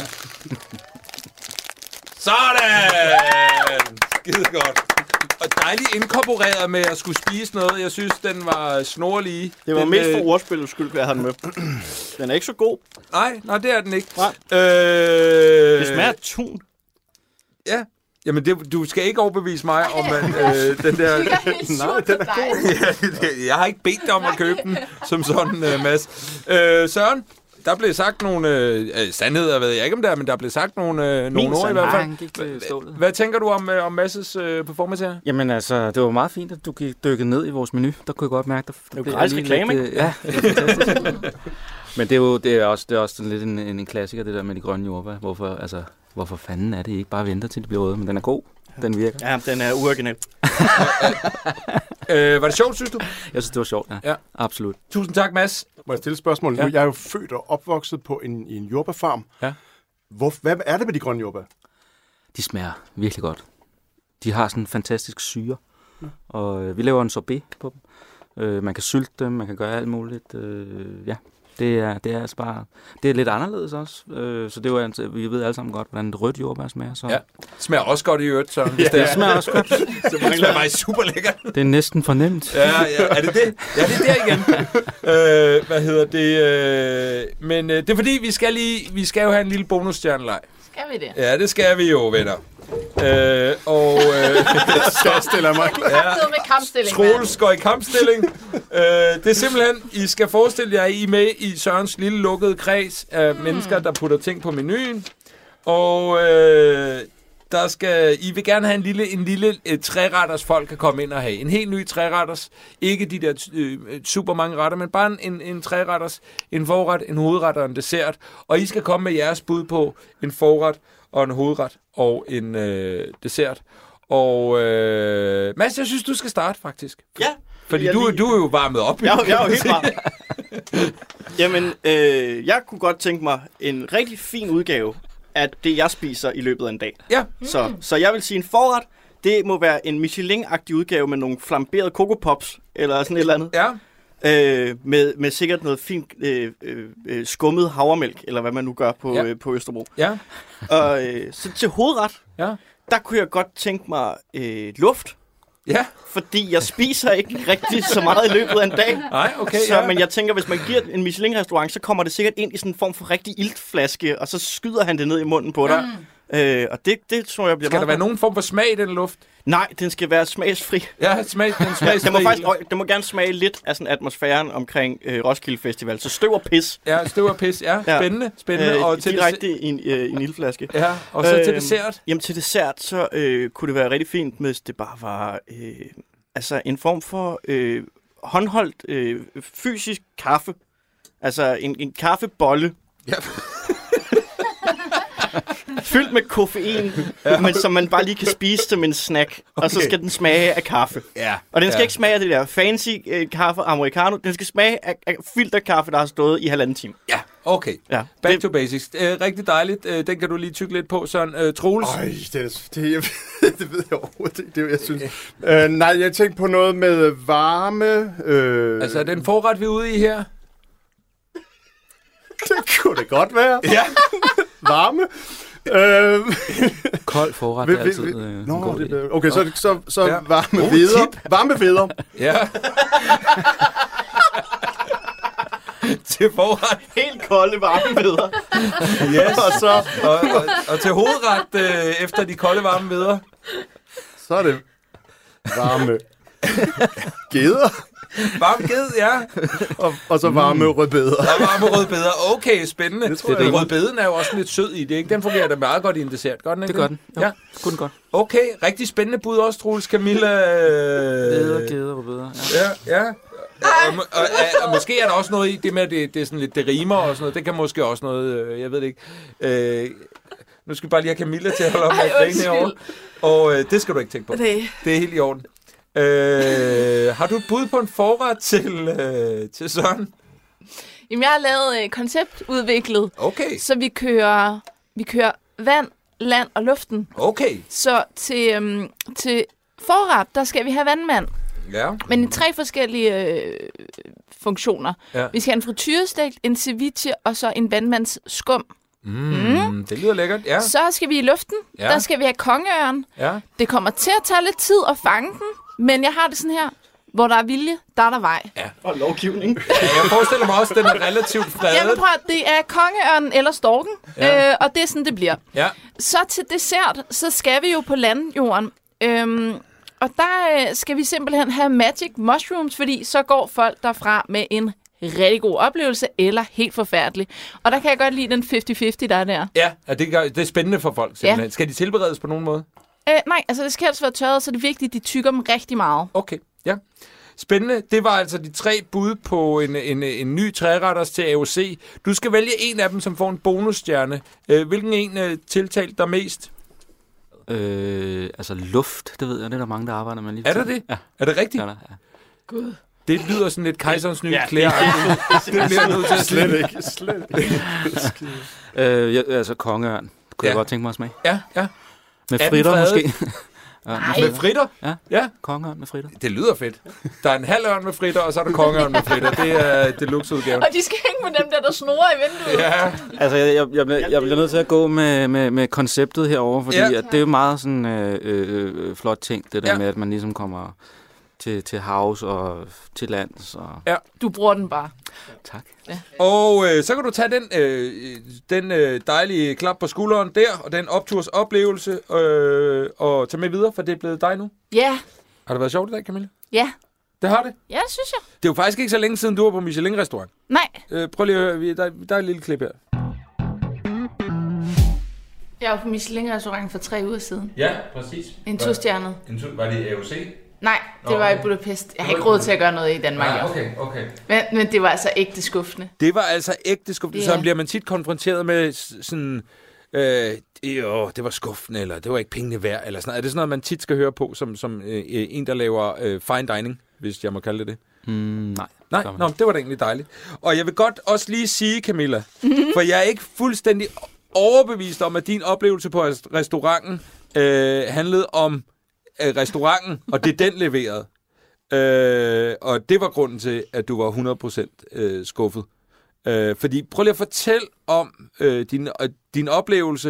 Sådan! Skide godt. Og dejligt inkorporeret med at skulle spise noget. Jeg synes, den var snorlige. Det var mest for ordspillets skyld, jeg havde den med. Den er ikke så god. Nej, det er den ikke. Det smager tun. Ja. Jamen, du skal ikke overbevise mig om, at den der... Nej, den er god. Jeg har ikke bedt dig om at købe den som sådan, Mads. Søren, der blev sagt nogle sandheder, ved jeg ikke om det er, men der blev sagt nogle ord i hvert fald. Hvad tænker du om Mads' performance her? Jamen altså, det var meget fint, at du gik dykket ned i vores menu. Der kunne jeg godt mærke, der blev gratis reklame, lidt, ja, det er fantastisk. Men det er også sådan lidt en klassiker, det der med de grønne jordbær. Hvorfor fanden er det ikke bare venter til det bliver røde? Men den er god. Den virker. Ja, den er uoriginal. Var det sjovt, synes du? Jeg synes, det var sjovt, ja. Absolut. Tusind tak, Mads. Må jeg stille et spørgsmål? Ja. Jeg er jo født og opvokset på en jordbærfarm. Ja. Hvad er det med de grønne jordbær? De smager virkelig godt. De har sådan en fantastisk syre. Og vi laver en sorbet på dem. Man kan sylte dem, man kan gøre alt muligt. Ja. Det er altså bare... Det er lidt anderledes også. Så det var, vi ved alle sammen godt, hvordan et rødt jordbær smager. Så. Ja. Det smager også godt i øvrigt, så. Det smager også godt. Det smager bare super lækkert. Det er næsten fornemt. Ja, er det det? Ja, det er der igen. Hvad hedder det? Men det er fordi, vi skal jo have en lille bonusstjerneleg. Skal vi det? Ja, det skal vi jo, venner. Så stiller mig klar. Troels går i kampstilling. Det er simpelthen, I skal forestille jer, I er med i Sørens lille lukkede kreds af mennesker, der putter ting på menuen. Og I vil gerne have en lille træretters folk kan komme ind og have. En helt ny træretters. Ikke de der super mange retter, men bare en træretters, en forret, en hovedret og en dessert. Og I skal komme med jeres bud på en forret og en hovedret og en dessert. Og Mads, jeg synes, du skal starte faktisk. Ja. Fordi du er jo varmet op. Jeg er jo helt varm. Jamen, jeg kunne godt tænke mig en rigtig fin udgave af det, jeg spiser i løbet af en dag. Ja. Så jeg vil sige en forret. Det må være en Michelin-agtig udgave med nogle flamberede Coco Pops, eller sådan et eller andet. Ja. Med sikkert noget fint skummet havremælk, eller hvad man nu gør på Østerbro. Ja. Og så til hovedret, der kunne jeg godt tænke mig luft. Ja. Fordi jeg spiser ikke rigtig så meget i løbet af en dag. Nej, okay, så, ja. Men jeg tænker, hvis man giver en Michelin-restaurant, så kommer det sikkert ind i sådan en form for rigtig iltflaske, og så skyder han det ned i munden på dig. Og det tror jeg bliver... Skal der være nogen form for smag i den luft? Nej, den skal være smagsfri. Ja, den smagsfri. Den må gerne smage lidt af sådan atmosfæren omkring Roskilde Festival. Så støv og pis. Ja, støv og pis. Ja, spændende. Og til direkte i en ildflaske. Ja, og så til dessert? Jamen til dessert, så kunne det være rigtig fint, hvis det bare var altså en form for håndholdt fysisk kaffe. Altså en kaffebolle. Ja. Fyldt med koffein, men som man bare lige kan spise som en snack. Okay. Og så skal den smage af kaffe. Ja. Og den skal ikke smage af det der fancy kaffe americano. Den skal smage af filterkaffe, der har stået i 1,5 time. Ja, okay. Ja. Back to basics. Rigtig dejligt. Den kan du lige tykke lidt på, Søren. Troels? Det ved jeg overhovedet ikke. Det jeg synes. Nej, jeg tænkte på noget med varme. Altså, er det en forret, vi er ude i her? Det kunne det godt være. Ja. Varme. Kold forret er altid okay, så ja. Varme videre. Varme videre. Ja. Til forret. Helt kolde varme videre. Yes. Og til hovedret efter de kolde varme videre. Så er det varme geder. Varme ged, ja. Og så varme rødbeder. Og varme rødbeder. Okay, spændende. Det rødbeden er jo også lidt sød i det, ikke? Den fungerer da meget godt i en dessert. Godt, ikke? Det gør den. Jo. Ja, kunne godt. Okay, rigtig spændende bud også, Troels. Camilla. Geder, rødbeder. Ja. Og måske er der også noget i det med, at det er sådan lidt, det rimer og sådan noget. Det kan måske også noget, jeg ved det ikke. Nu skal vi bare lige have Camilla til at holde op med at grine herovre. Og det skal du ikke tænke på. Det er helt i orden. Har du et bud på en forret til Søren? Jamen, jeg har lavet konceptudviklet. Okay. Så vi kører vand, land og luften. Okay. Så til forret, der skal vi have vandmand. Ja. Men i 3 forskellige funktioner. Ja. Vi skal have en frityrestek, en ceviche og så en vandmandsskum. Det lyder lækkert, ja. Så skal vi i luften. Ja. Der skal vi have kongeørn. Ja. Det kommer til at tage lidt tid at fange den, men jeg har det sådan her. Hvor der er vilje, der er der vej. Ja. Og lovgivning. Jeg forestiller mig også, at den er relativt fredet. Jamen prøv at, det er kongeørnen eller storken, og det er sådan, det bliver. Ja. Så til dessert, så skal vi jo på landjorden. Og der skal vi simpelthen have magic mushrooms, fordi så går folk derfra med en rigtig god oplevelse, eller helt forfærdelig. Og der kan jeg godt lide den 50-50, der er der. Ja, det er spændende for folk, simpelthen. Ja. Skal de tilberedes på nogen måde? Nej, altså det skal helst være tørret, så det er vigtigt, at de tykker dem rigtig meget. Okay, ja. Spændende. Det var altså de 3 bud på en ny træretters til AOC. Du skal vælge en af dem, som får en bonusstjerne. Hvilken en tiltalte dig mest? Altså luft, det ved jeg. Det er der mange, der arbejder med lige. Er der det? Ja. Er det rigtigt? Ja. Gud. Det lyder sådan lidt kejserens nye klæder. Det bliver nødt til at Slet ikke. Altså kongeørn. Kunne jeg godt tænke mig at smage. Ja. Med fritter måske. Med fritter? Ja. Kongeørn med fritter. Det lyder fedt. Der er en halv ørn med fritter, og så er der kongeørn med fritter. Det er deluxe-udgaven. Og de skal hænge på dem der snorer i vinduet. Ja. Altså, jeg bliver nødt til at gå med konceptet herover, fordi at det er jo meget sådan flot ting, det der med, at man ligesom kommer til havs og til lands. Og... Ja. Du bruger den bare. Tak. Ja. Og så kan du tage den dejlige klap på skulderen der, og den opturs oplevelse, og tage med videre, for det er blevet dig nu. Ja. Har det været sjovt i dag, Camilla? Ja. Det har det? Ja, det synes jeg. Det er jo faktisk ikke så længe siden, du var på Michelin-restaurant. Nej. Prøv lige at høre, der er et lille klip her. Jeg var på Michelin-restaurant for 3 uger siden. Ja, præcis. En 2-stjernet. Var det AOC? Nej, det var i Budapest. Jeg har ikke råd til at gøre noget i Danmark. Nej, okay. Men det var altså ægte skuffende. Det var altså ægte skuffende. Så bliver man tit konfronteret med sådan... det var skuffende, eller det var ikke pengene værd, eller sådan noget. Er det sådan noget, man tit skal høre på, som en, der laver fine dining, hvis jeg må kalde det det? Nej, det var da egentlig dejligt. Og jeg vil godt også lige sige, Camilla, for jeg er ikke fuldstændig overbevist om, at din oplevelse på restauranten handlede om restauranten, og det den leverede. Og det var grunden til, at du var 100% skuffet. Fordi prøv lige at fortælle om din oplevelse,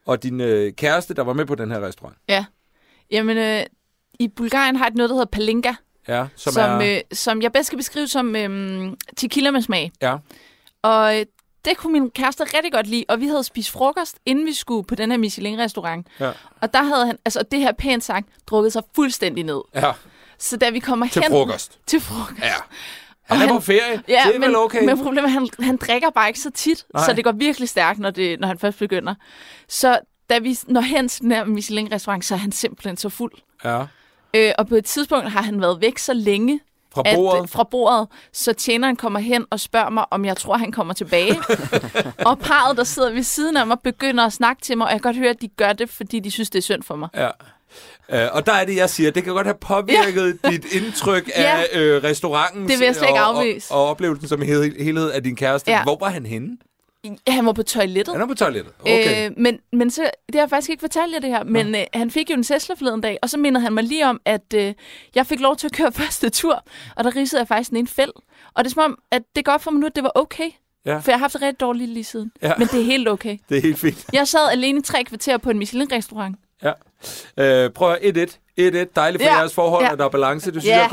og din kæreste, der var med på den her restaurant. Ja. Jamen, i Bulgarien har de noget, der hedder palinka, Ja, som jeg bedst kan beskrive som tequila med smag. Ja. Og det kunne min kæreste rigtig godt lide, og vi havde spist frokost, inden vi skulle på den her Michelin-restaurant. Ja. Og der havde han, altså det her pænt sagt, drukket sig fuldstændig ned. Ja. Så da vi kommer Til hen... frokost. Til frokost. Ja. Han er på ferie. Ja, det er vel okay. Men problemet er, at han drikker bare ikke så tit, så det går virkelig stærkt, når han først begynder. Så da vi når hen til den her Michelin-restaurant, så er han simpelthen så fuld. Ja. Og på et tidspunkt har han været væk så længe, fra bordet, så tjeneren kommer hen og spørger mig, om jeg tror, han kommer tilbage. Og parret, der sidder ved siden af mig, begynder at snakke til mig, og jeg kan godt høre, at de gør det, fordi de synes, det er synd for mig. Ja. Og der er det, jeg siger, det kan godt have påvirket dit indtryk af restaurantens det vil jeg slet ikke afvise. Og oplevelsen som helhed af din kæreste. Ja. Hvor var han henne? Han var på toilettet. Han var på toilettet, okay. Men så, det har jeg faktisk ikke fortalt jer det her, men han fik jo en Tesla forleden dag, og så mindede han mig lige om, at jeg fik lov til at køre første tur, og der ridsede jeg faktisk den ene fæld. Og det er som om, at det går op for mig nu, at det var okay. Ja. For jeg har haft det rigtig dårligt lige siden. Ja. Men det er helt okay. Det er helt fint. Jeg sad alene 3 kvarter på en Michelin-restaurant. Ja. Prøv at 1-1. 1-1. Dejligt for jeres forhold, at der er balance. Det synes jeg er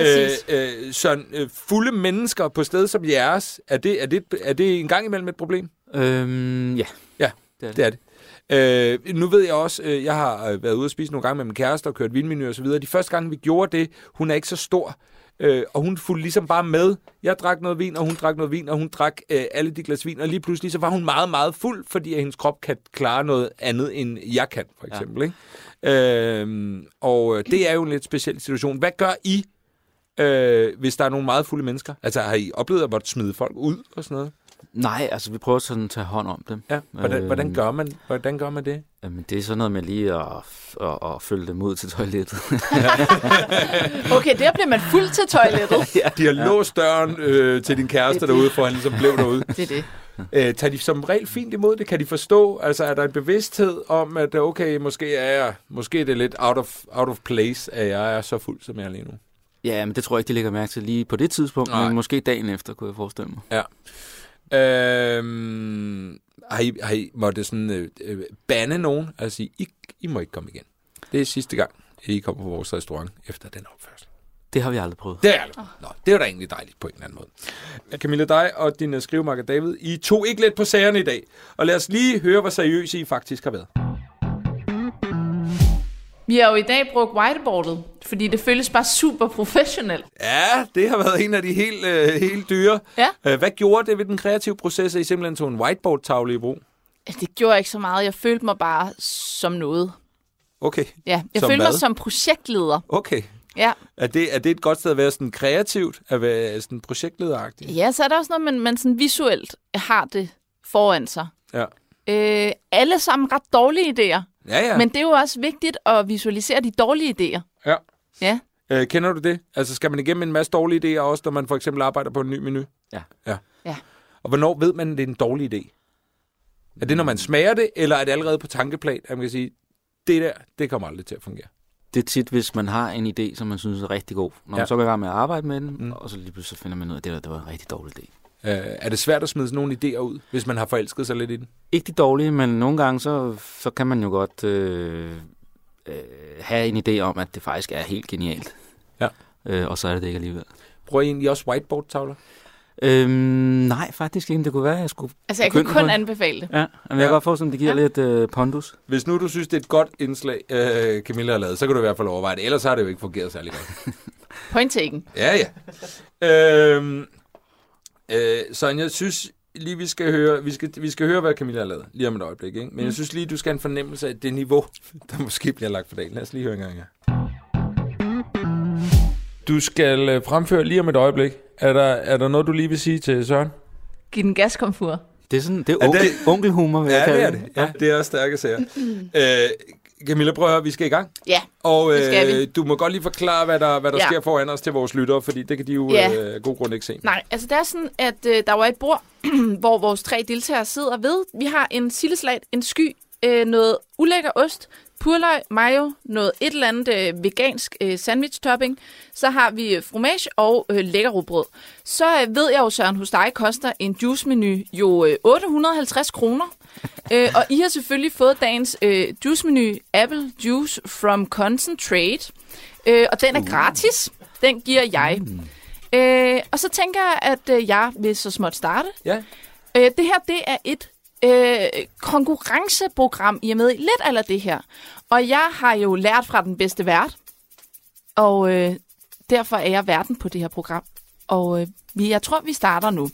godt. Sådan fulde mennesker på sted som jeres, er det en gang imellem et problem? Ja. Ja, det er det. Nu ved jeg også, jeg har været ude at spise nogle gange med min kæreste og kørt vindmenu og så videre. De første gange, vi gjorde det, hun er ikke så stor, og hun fulgte ligesom bare med. Jeg drak noget vin, og hun drak noget vin, og hun drak alle de glas vin, og lige pludselig så var hun meget, meget fuld, fordi hendes krop kan klare noget andet, end jeg kan, for eksempel. Ikke? Og det er jo en lidt speciel situation. Hvad gør I, hvis der er nogle meget fulde mennesker? Altså, har I oplevet at måtte smide folk ud og sådan noget? Nej, altså vi prøver sådan at tage hånd om dem. Ja, hvordan gør man det? Jamen, det er sådan noget med lige at følge dem ud til toilettet. Okay, der bliver man fuld til toilettet. De har låst døren til din kæreste derude, for han ligesom blev derude. Det er det. Tager de som regel fint imod det? Kan de forstå? Altså, er der en bevidsthed om, at okay, måske er det lidt out of place, at jeg er så fuld, som jeg er lige nu? Ja, men det tror jeg ikke, de lægger mærke til lige på det tidspunkt, men måske dagen efter, kunne jeg forestille mig. Ja. Har I måttet sådan bande nogen? Altså, I må ikke komme igen. Det er sidste gang, I kommer på vores restaurant efter den opførsel. Det har vi aldrig prøvet. Det er aldrig. Nå, det er da egentlig dejligt på en eller anden måde. Camilla, dig og din skrivemakker David, I tog ikke let på sagerne i dag. Og lad os lige høre, hvor seriøse I faktisk har været. Vi har jo i dag brugt whiteboardet, fordi det føles bare super professionelt. Ja, det har været en af de helt dyre. Ja. Hvad gjorde det ved den kreative proces, at I simpelthen tog en whiteboard-tavle i brug? Det gjorde ikke så meget. Jeg følte mig bare som noget. Okay. Ja, jeg følte mig som projektleder. Okay. Ja. Er det et godt sted at være sådan kreativt, at være sådan projektlederagtig? Ja, så er der også noget, man sådan visuelt har det foran sig. Ja. Alle sammen ret dårlige idéer. Ja. Men det er jo også vigtigt at visualisere de dårlige idéer. Ja. Ja. Kender du det? Altså, skal man igennem en masse dårlige idéer også, når man for eksempel arbejder på en ny menu? Ja. Og hvornår ved man, at det er en dårlig idé? Er det, når man smager det, eller er det allerede på tankeplan, at man kan sige, det kommer aldrig til at fungere? Det er tit, hvis man har en idé, som man synes er rigtig god. Når man så går i gang med at arbejde med den, og så lige pludselig finder man ud af, at det var en rigtig dårlig idé. Er det svært at smide sådan nogle idéer ud, hvis man har forelsket sig lidt i den? Ikke de dårlige, men nogle gange så kan man jo godt have en idé om, at det faktisk er helt genialt. Ja. Og så er det ikke alligevel. Bruger I egentlig også whiteboard-tavler? Nej, faktisk ikke. Det kunne være, at jeg skulle... Altså, jeg kan kun anbefale det. Ja, men jeg kan godt få, som det giver lidt pondus. Hvis nu du synes, det er et godt indslag, Camilla har lavet, så kan du i hvert fald overveje det. Ellers har det jo ikke fungeret særlig godt. Point taken. Ja. Så jeg synes lige, vi skal høre, hvad Camilla har lavet lige om et øjeblik. Ikke? Men jeg synes lige, du skal have en fornemmelse af det niveau, der måske bliver lagt for dagen. Lad os lige høre en gang her. Du skal fremføre lige om et øjeblik. Er der noget, du lige vil sige til Søren? Giv den gaskomfur. Det er onkelhumor, vil jeg kalde det. Ja, det er også stærke sager. Camilla, prøv at høre, vi skal i gang. Ja, og det skal vi. Du må godt lige forklare, hvad der sker foran os til vores lyttere, fordi det kan de jo god grund ikke se. Nej, altså det er sådan, at der var et bord, hvor vores 3 deltagere sidder ved. Vi har en sildesalat, en sky, noget ulækker ost, purløg, mayo, noget et eller andet vegansk sandwich topping. Så har vi fromage og lækker rugbrød. Så ved jeg jo, Søren, hos dig koster en juice-menu jo 850 kroner. Og I har selvfølgelig fået dagens juice-menu Apple Juice from Concentrate. Og den er gratis. Den giver jeg. Og så tænker jeg, at jeg vil så småt starte. Ja. Det her, det er et konkurrenceprogram, I er med i. Lidt eller det her. Og jeg har jo lært fra den bedste vært. Og derfor er jeg værten på det her program. Og jeg tror, vi starter nu.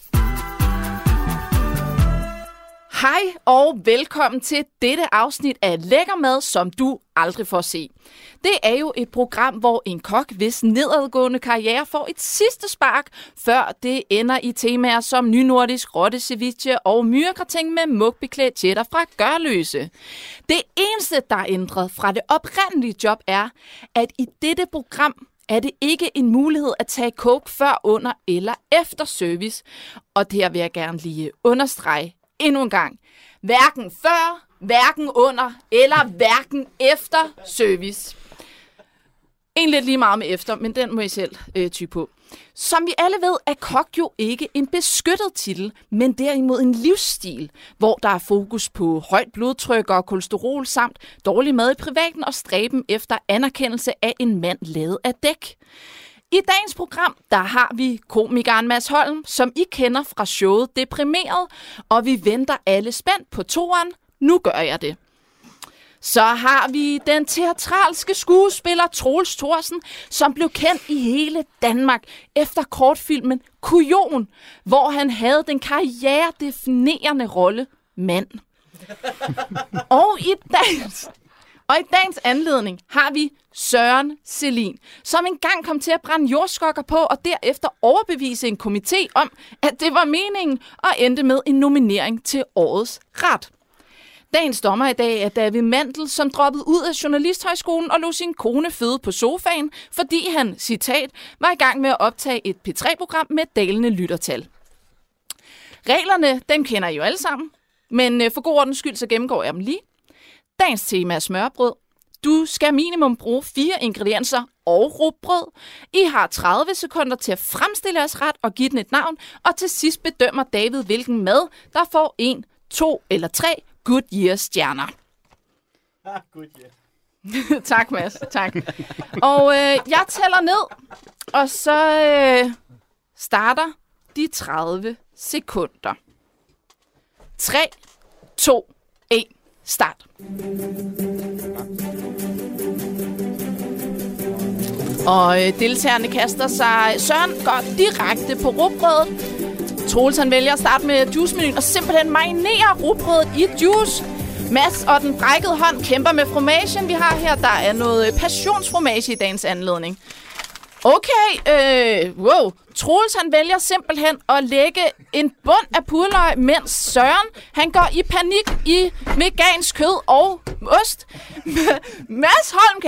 Hej og velkommen til dette afsnit af Lækker Mad, som du aldrig får se. Det er jo et program, hvor en kok, hvis nedadgående karriere får et sidste spark, før det ender i temaer som nynordisk rotte-ceviche og myregratin med mugbeklædt cheddar fra Gørløse. Det eneste, der er ændret fra det oprindelige job, er, at i dette program er det ikke en mulighed at tage coke før, under eller efter service. Og det her vil jeg gerne lige understrege endnu en gang. Hverken før, hverken under eller hverken efter service. Egentlig lidt lige meget med efter, men den må I selv ty på. Som vi alle ved, er kok jo ikke en beskyttet titel, men derimod en livsstil, hvor der er fokus på højt blodtryk og kolesterol samt dårlig mad i privaten og stræben efter anerkendelse af en mand lavet af dæk. I dagens program, der har vi komikeren Mads Holm, som I kender fra showet Deprimeret, og vi venter alle spændt på toeren. Nu gør jeg det. Så har vi den teatralske skuespiller Troels Thorsen, som blev kendt i hele Danmark efter kortfilmen Kujon, hvor han havde den karrieredefinerende rolle mand. Og i dagens anledning har vi Søren Selin, som engang kom til at brænde jordskokker på og derefter overbevise en komité om, at det var meningen og endte med en nominering til årets ret. Dagens dommer i dag er David Mandel, som droppede ud af Journalisthøjskolen og lod sin kone føde på sofaen, fordi han, citat, var i gang med at optage et P3-program med dalende lyttertal. Reglerne, dem kender I jo alle sammen, men for god ordens skyld, så gennemgår jeg dem lige. Dagens tema er smørbrød. Du skal minimum bruge 4 ingredienser og rugbrød. I har 30 sekunder til at fremstille jeres ret og give den et navn, og til sidst bedømmer David, hvilken mad, der får 1, 2 eller 3 Goodyear-stjerner. Goodyear. Tak, Mads. Tak. Og jeg tæller ned, og så starter de 30 sekunder. 3, 2, 1, start. Og deltagerne kaster sig. Søren går direkte på rugbrødet. Troels han vælger at starte med juicemenuen og simpelthen marinere rugbrødet i juice. Mads og den brækkede hånd kæmper med fromagen, vi har her. Der er noget passionsfromage i dagens anledning. Okay, wow. Troels han vælger simpelthen at lægge en bund af purløg, mens Søren han går i panik i vegansk kød og ost. Mads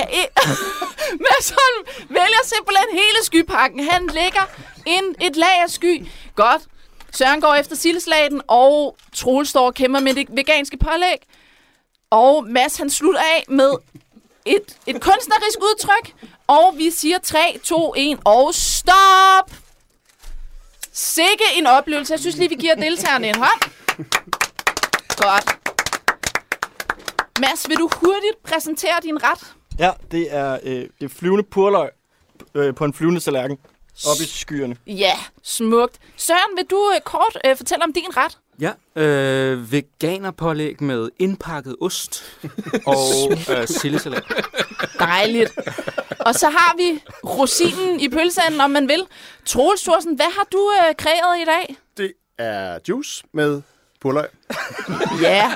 Holm vælger simpelthen hele skypakken. Han lægger et lag af sky. Godt. Søren går efter sildesalaten, og Troels står og kæmper med det veganske pålæg. Og Mads han slutter af med et kunstnerisk udtryk. Og vi siger 3, 2, 1 og stop! Sikke en oplevelse. Jeg synes lige, vi giver deltagerne en hånd. Godt. Mads, vil du hurtigt præsentere din ret? Ja, det er det flyvende purløg på en flyvende tallerken oppe i skyerne. Ja, smukt. Søren, vil du kort fortælle om din ret? Ja, veganerpålæg med indpakket ost og sildesalat. Dejligt. Og så har vi rosinen i pølseenden, om man vil. Troels Thorsen, hvad har du kreeret i dag? Det er juice med purløg. Ja.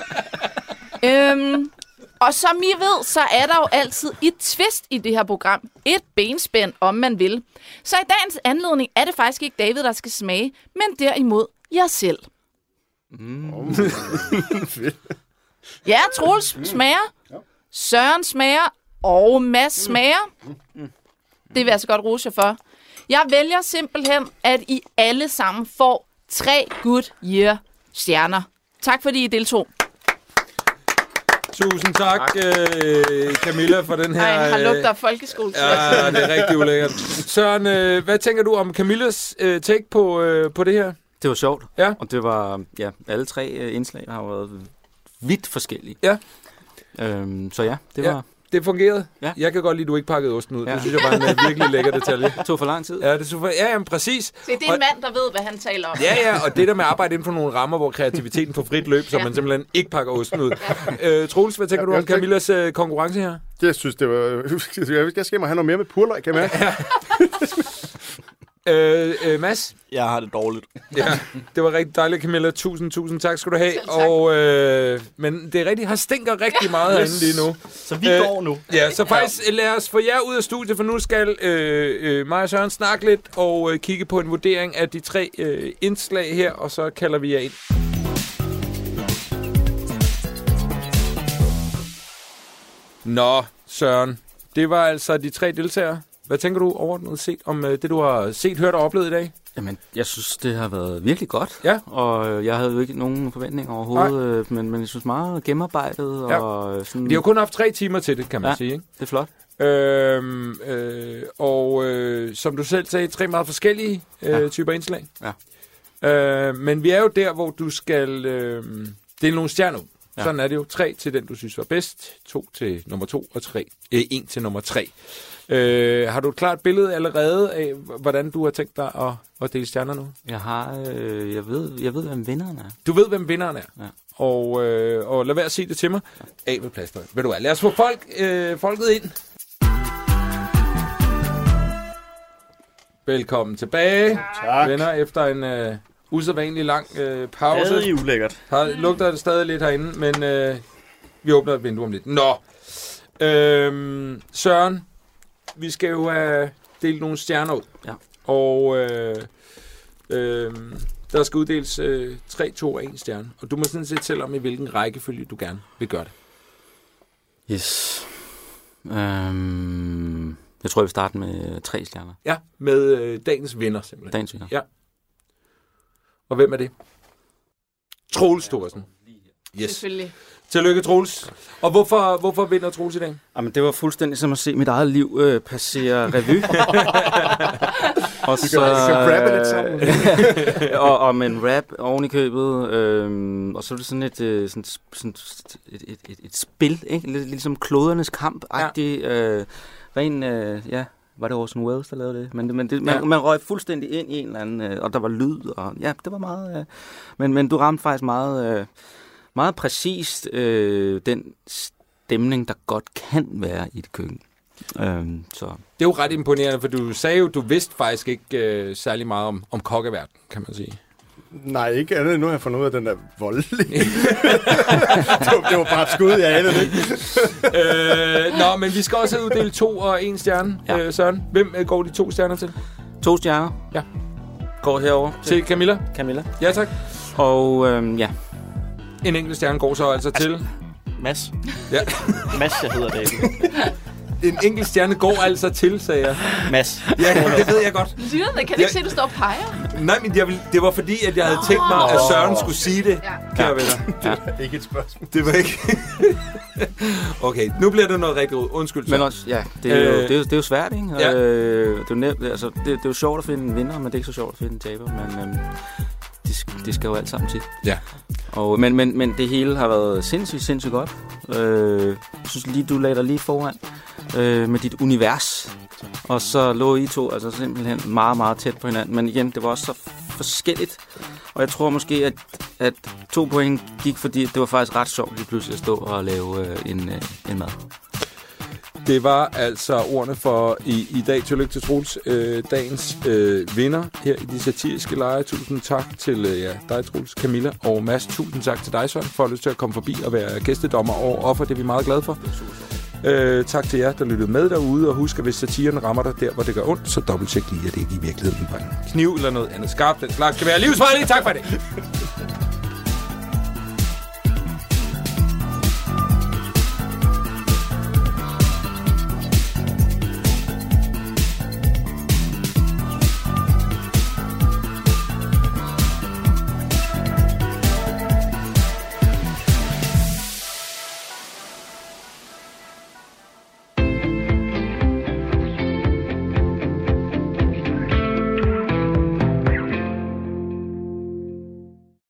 Og som I ved, så er der jo altid et twist i det her program. Et benspænd, om man vil. Så i dagens anledning er det faktisk ikke David, der skal smage, men derimod jer selv. Ja, Troels smager. Søren smager. Og Mads smager. Det vil jeg så godt rose jer for. Jeg vælger simpelthen, at I alle sammen får 3 Goodyear-stjerner. Tak fordi I deltog. Tusind tak, Camilla, for den her... Nej, han lugter folkeskole. Ja, det er rigtig ulækkert. Søren, hvad tænker du om Camillas take på det her? Det var sjovt, Ja. og det var, alle 3 indslag har været vidt forskellige. Ja. Så ja, det var... Det fungerede. Ja. Jeg kan godt lide, at du ikke pakkede osten ud. Ja. Det synes jeg var en virkelig lækker detalje. Det tog for lang tid. Ja, det er super. Ja, jamen, præcis. Se, det er en mand, der ved, hvad han taler om. Ja, og det der med at arbejde inden for nogle rammer, hvor kreativiteten får frit løb, så man simpelthen ikke pakker osten ud. Troels, hvad tænker du om Camillas konkurrence her? Jeg synes, det var... Jeg skal have noget mere med purløg, kan jeg mærke. Mads? Jeg har det dårligt. Ja, det var rigtig dejligt, Camilla. Tusind tak skal du have. Og, men det er rigtigt, her stinker rigtig meget herinde lige nu. Så vi går nu. Ja, så faktisk lad os få jer ud af studiet, for nu skal mig og Søren snakke lidt og kigge på en vurdering af de 3 indslag her, og så kalder vi jer ind. Nå, Søren. Det var altså de 3 deltagere. Hvad tænker du overordnet set om det, du har set, hørt og oplevet i dag? Jamen, jeg synes, det har været virkelig godt. Ja. Og jeg havde jo ikke nogen forventninger overhovedet, men jeg synes meget gennemarbejdet. Ja. Og sådan... De har kun haft 3 timer til det, kan man sige, ikke? Det er flot. Som du selv sagde, 3 meget forskellige typer indslag. Ja. Men vi er jo der, hvor du skal dele nogle stjerner ud. Ja. Sådan er det jo. 3 til den, du synes var bedst, 2 til nummer 2 og 1 til nummer 3. Har du et klart billede allerede af, hvordan du har tænkt dig at dele stjerner nu? Jeg ved, hvem vinderen er. Du ved, hvem vinderen er? Ja. Og lad være at sige det til mig. Af med plaster. Ved du hvad, lad os få folket ind. Velkommen tilbage. Tak. Venner, efter en usædvanlig lang pause. Stadig ulækkert. Lugter det stadig lidt herinde, men vi åbner et vindue om lidt. Nå. Søren, vi skal jo have delt nogle stjerner ud. Ja. Og der skal uddeles 3, 2 og 1 stjerne. Og du må sådan set selv om, i hvilken rækkefølge du gerne vil gøre det. Yes. Jeg tror, jeg vil starte med 3 stjerner. Ja, med dagens vinder simpelthen. Dagens vinder. Ja. Og hvem er det? Troels Thorsen. Yes. Selvfølgelig. Tillykke, Troels. Og hvorfor vinder Troels i dag? Jamen, det var fuldstændig som at se mit eget liv passere revy. Og så rappe lidt sammen. og med en rap oven i købet. Og så er det sådan et spil, ikke? Ligesom klodernes kamp-agtigt. Var det Orson Welles, der lavede det? Man røg fuldstændig ind i en eller anden, og der var lyd, og ja, det var meget... Men du ramte faktisk meget præcist den stemning, der godt kan være i et køkken. Så. Det er jo ret imponerende, for du sagde jo, du vidste faktisk ikke særlig meget om kokkeverdenen, kan man sige. Nej, ikke andet. Nu har jeg fundet ud af den der voldelige. Det var bare et skud, jeg anede det. Nå, men vi skal også uddele 2 og 1 stjerne, Søren. Hvem går de 2 stjerner til? 2 stjerner. Ja. Går herover til Camilla. Ja, tak. Og ja. En enkelt stjerne går så altså til... Mads. Ja. Mads, jeg hedder det. En enkelt stjerne går altså til, sagde jeg. Mads. Ja, det ved jeg godt. Lyderne, kan du ikke se, at du står og peger? Nej, men det var fordi, at jeg havde tænkt mig, at Søren skulle sige det, kære venner. Det var ikke et spørgsmål. Det var ikke... Okay, nu bliver det noget rigtig ud. Undskyld. Men også, ja, det er jo svært, ikke? Ja. Det er jo sjovt at finde en vinder, men det er ikke så sjovt at finde en taber. Men det skal jo alt sammen til. Ja. Og, men det hele har været sindssygt godt. Jeg synes lige, du lagde dig lige foran med dit univers. Og så lå I 2 altså simpelthen meget, meget tæt på hinanden. Men igen, det var også så forskelligt. Og jeg tror måske, at 2 point gik, fordi det var faktisk ret sjovt lige pludselig at stå og lave en mad. Det var altså ordene for i dag. Tillykke til Troels, dagens vinder her i de satiriske lege. Tusind tak til dig, Troels, Camilla og Mads. Tusind tak til dig, Søren, for at lyst til at komme forbi og være gæstedommer og offer. Det er vi meget glade for. Tak til jer, der lyttede med derude. Og husk, at hvis satiren rammer dig der, hvor det gør ondt, så dobbelttjek lige, at det ikke i virkeligheden var en kniv eller noget andet skarpt. Den slags skal være livsfarligt. Tak for det.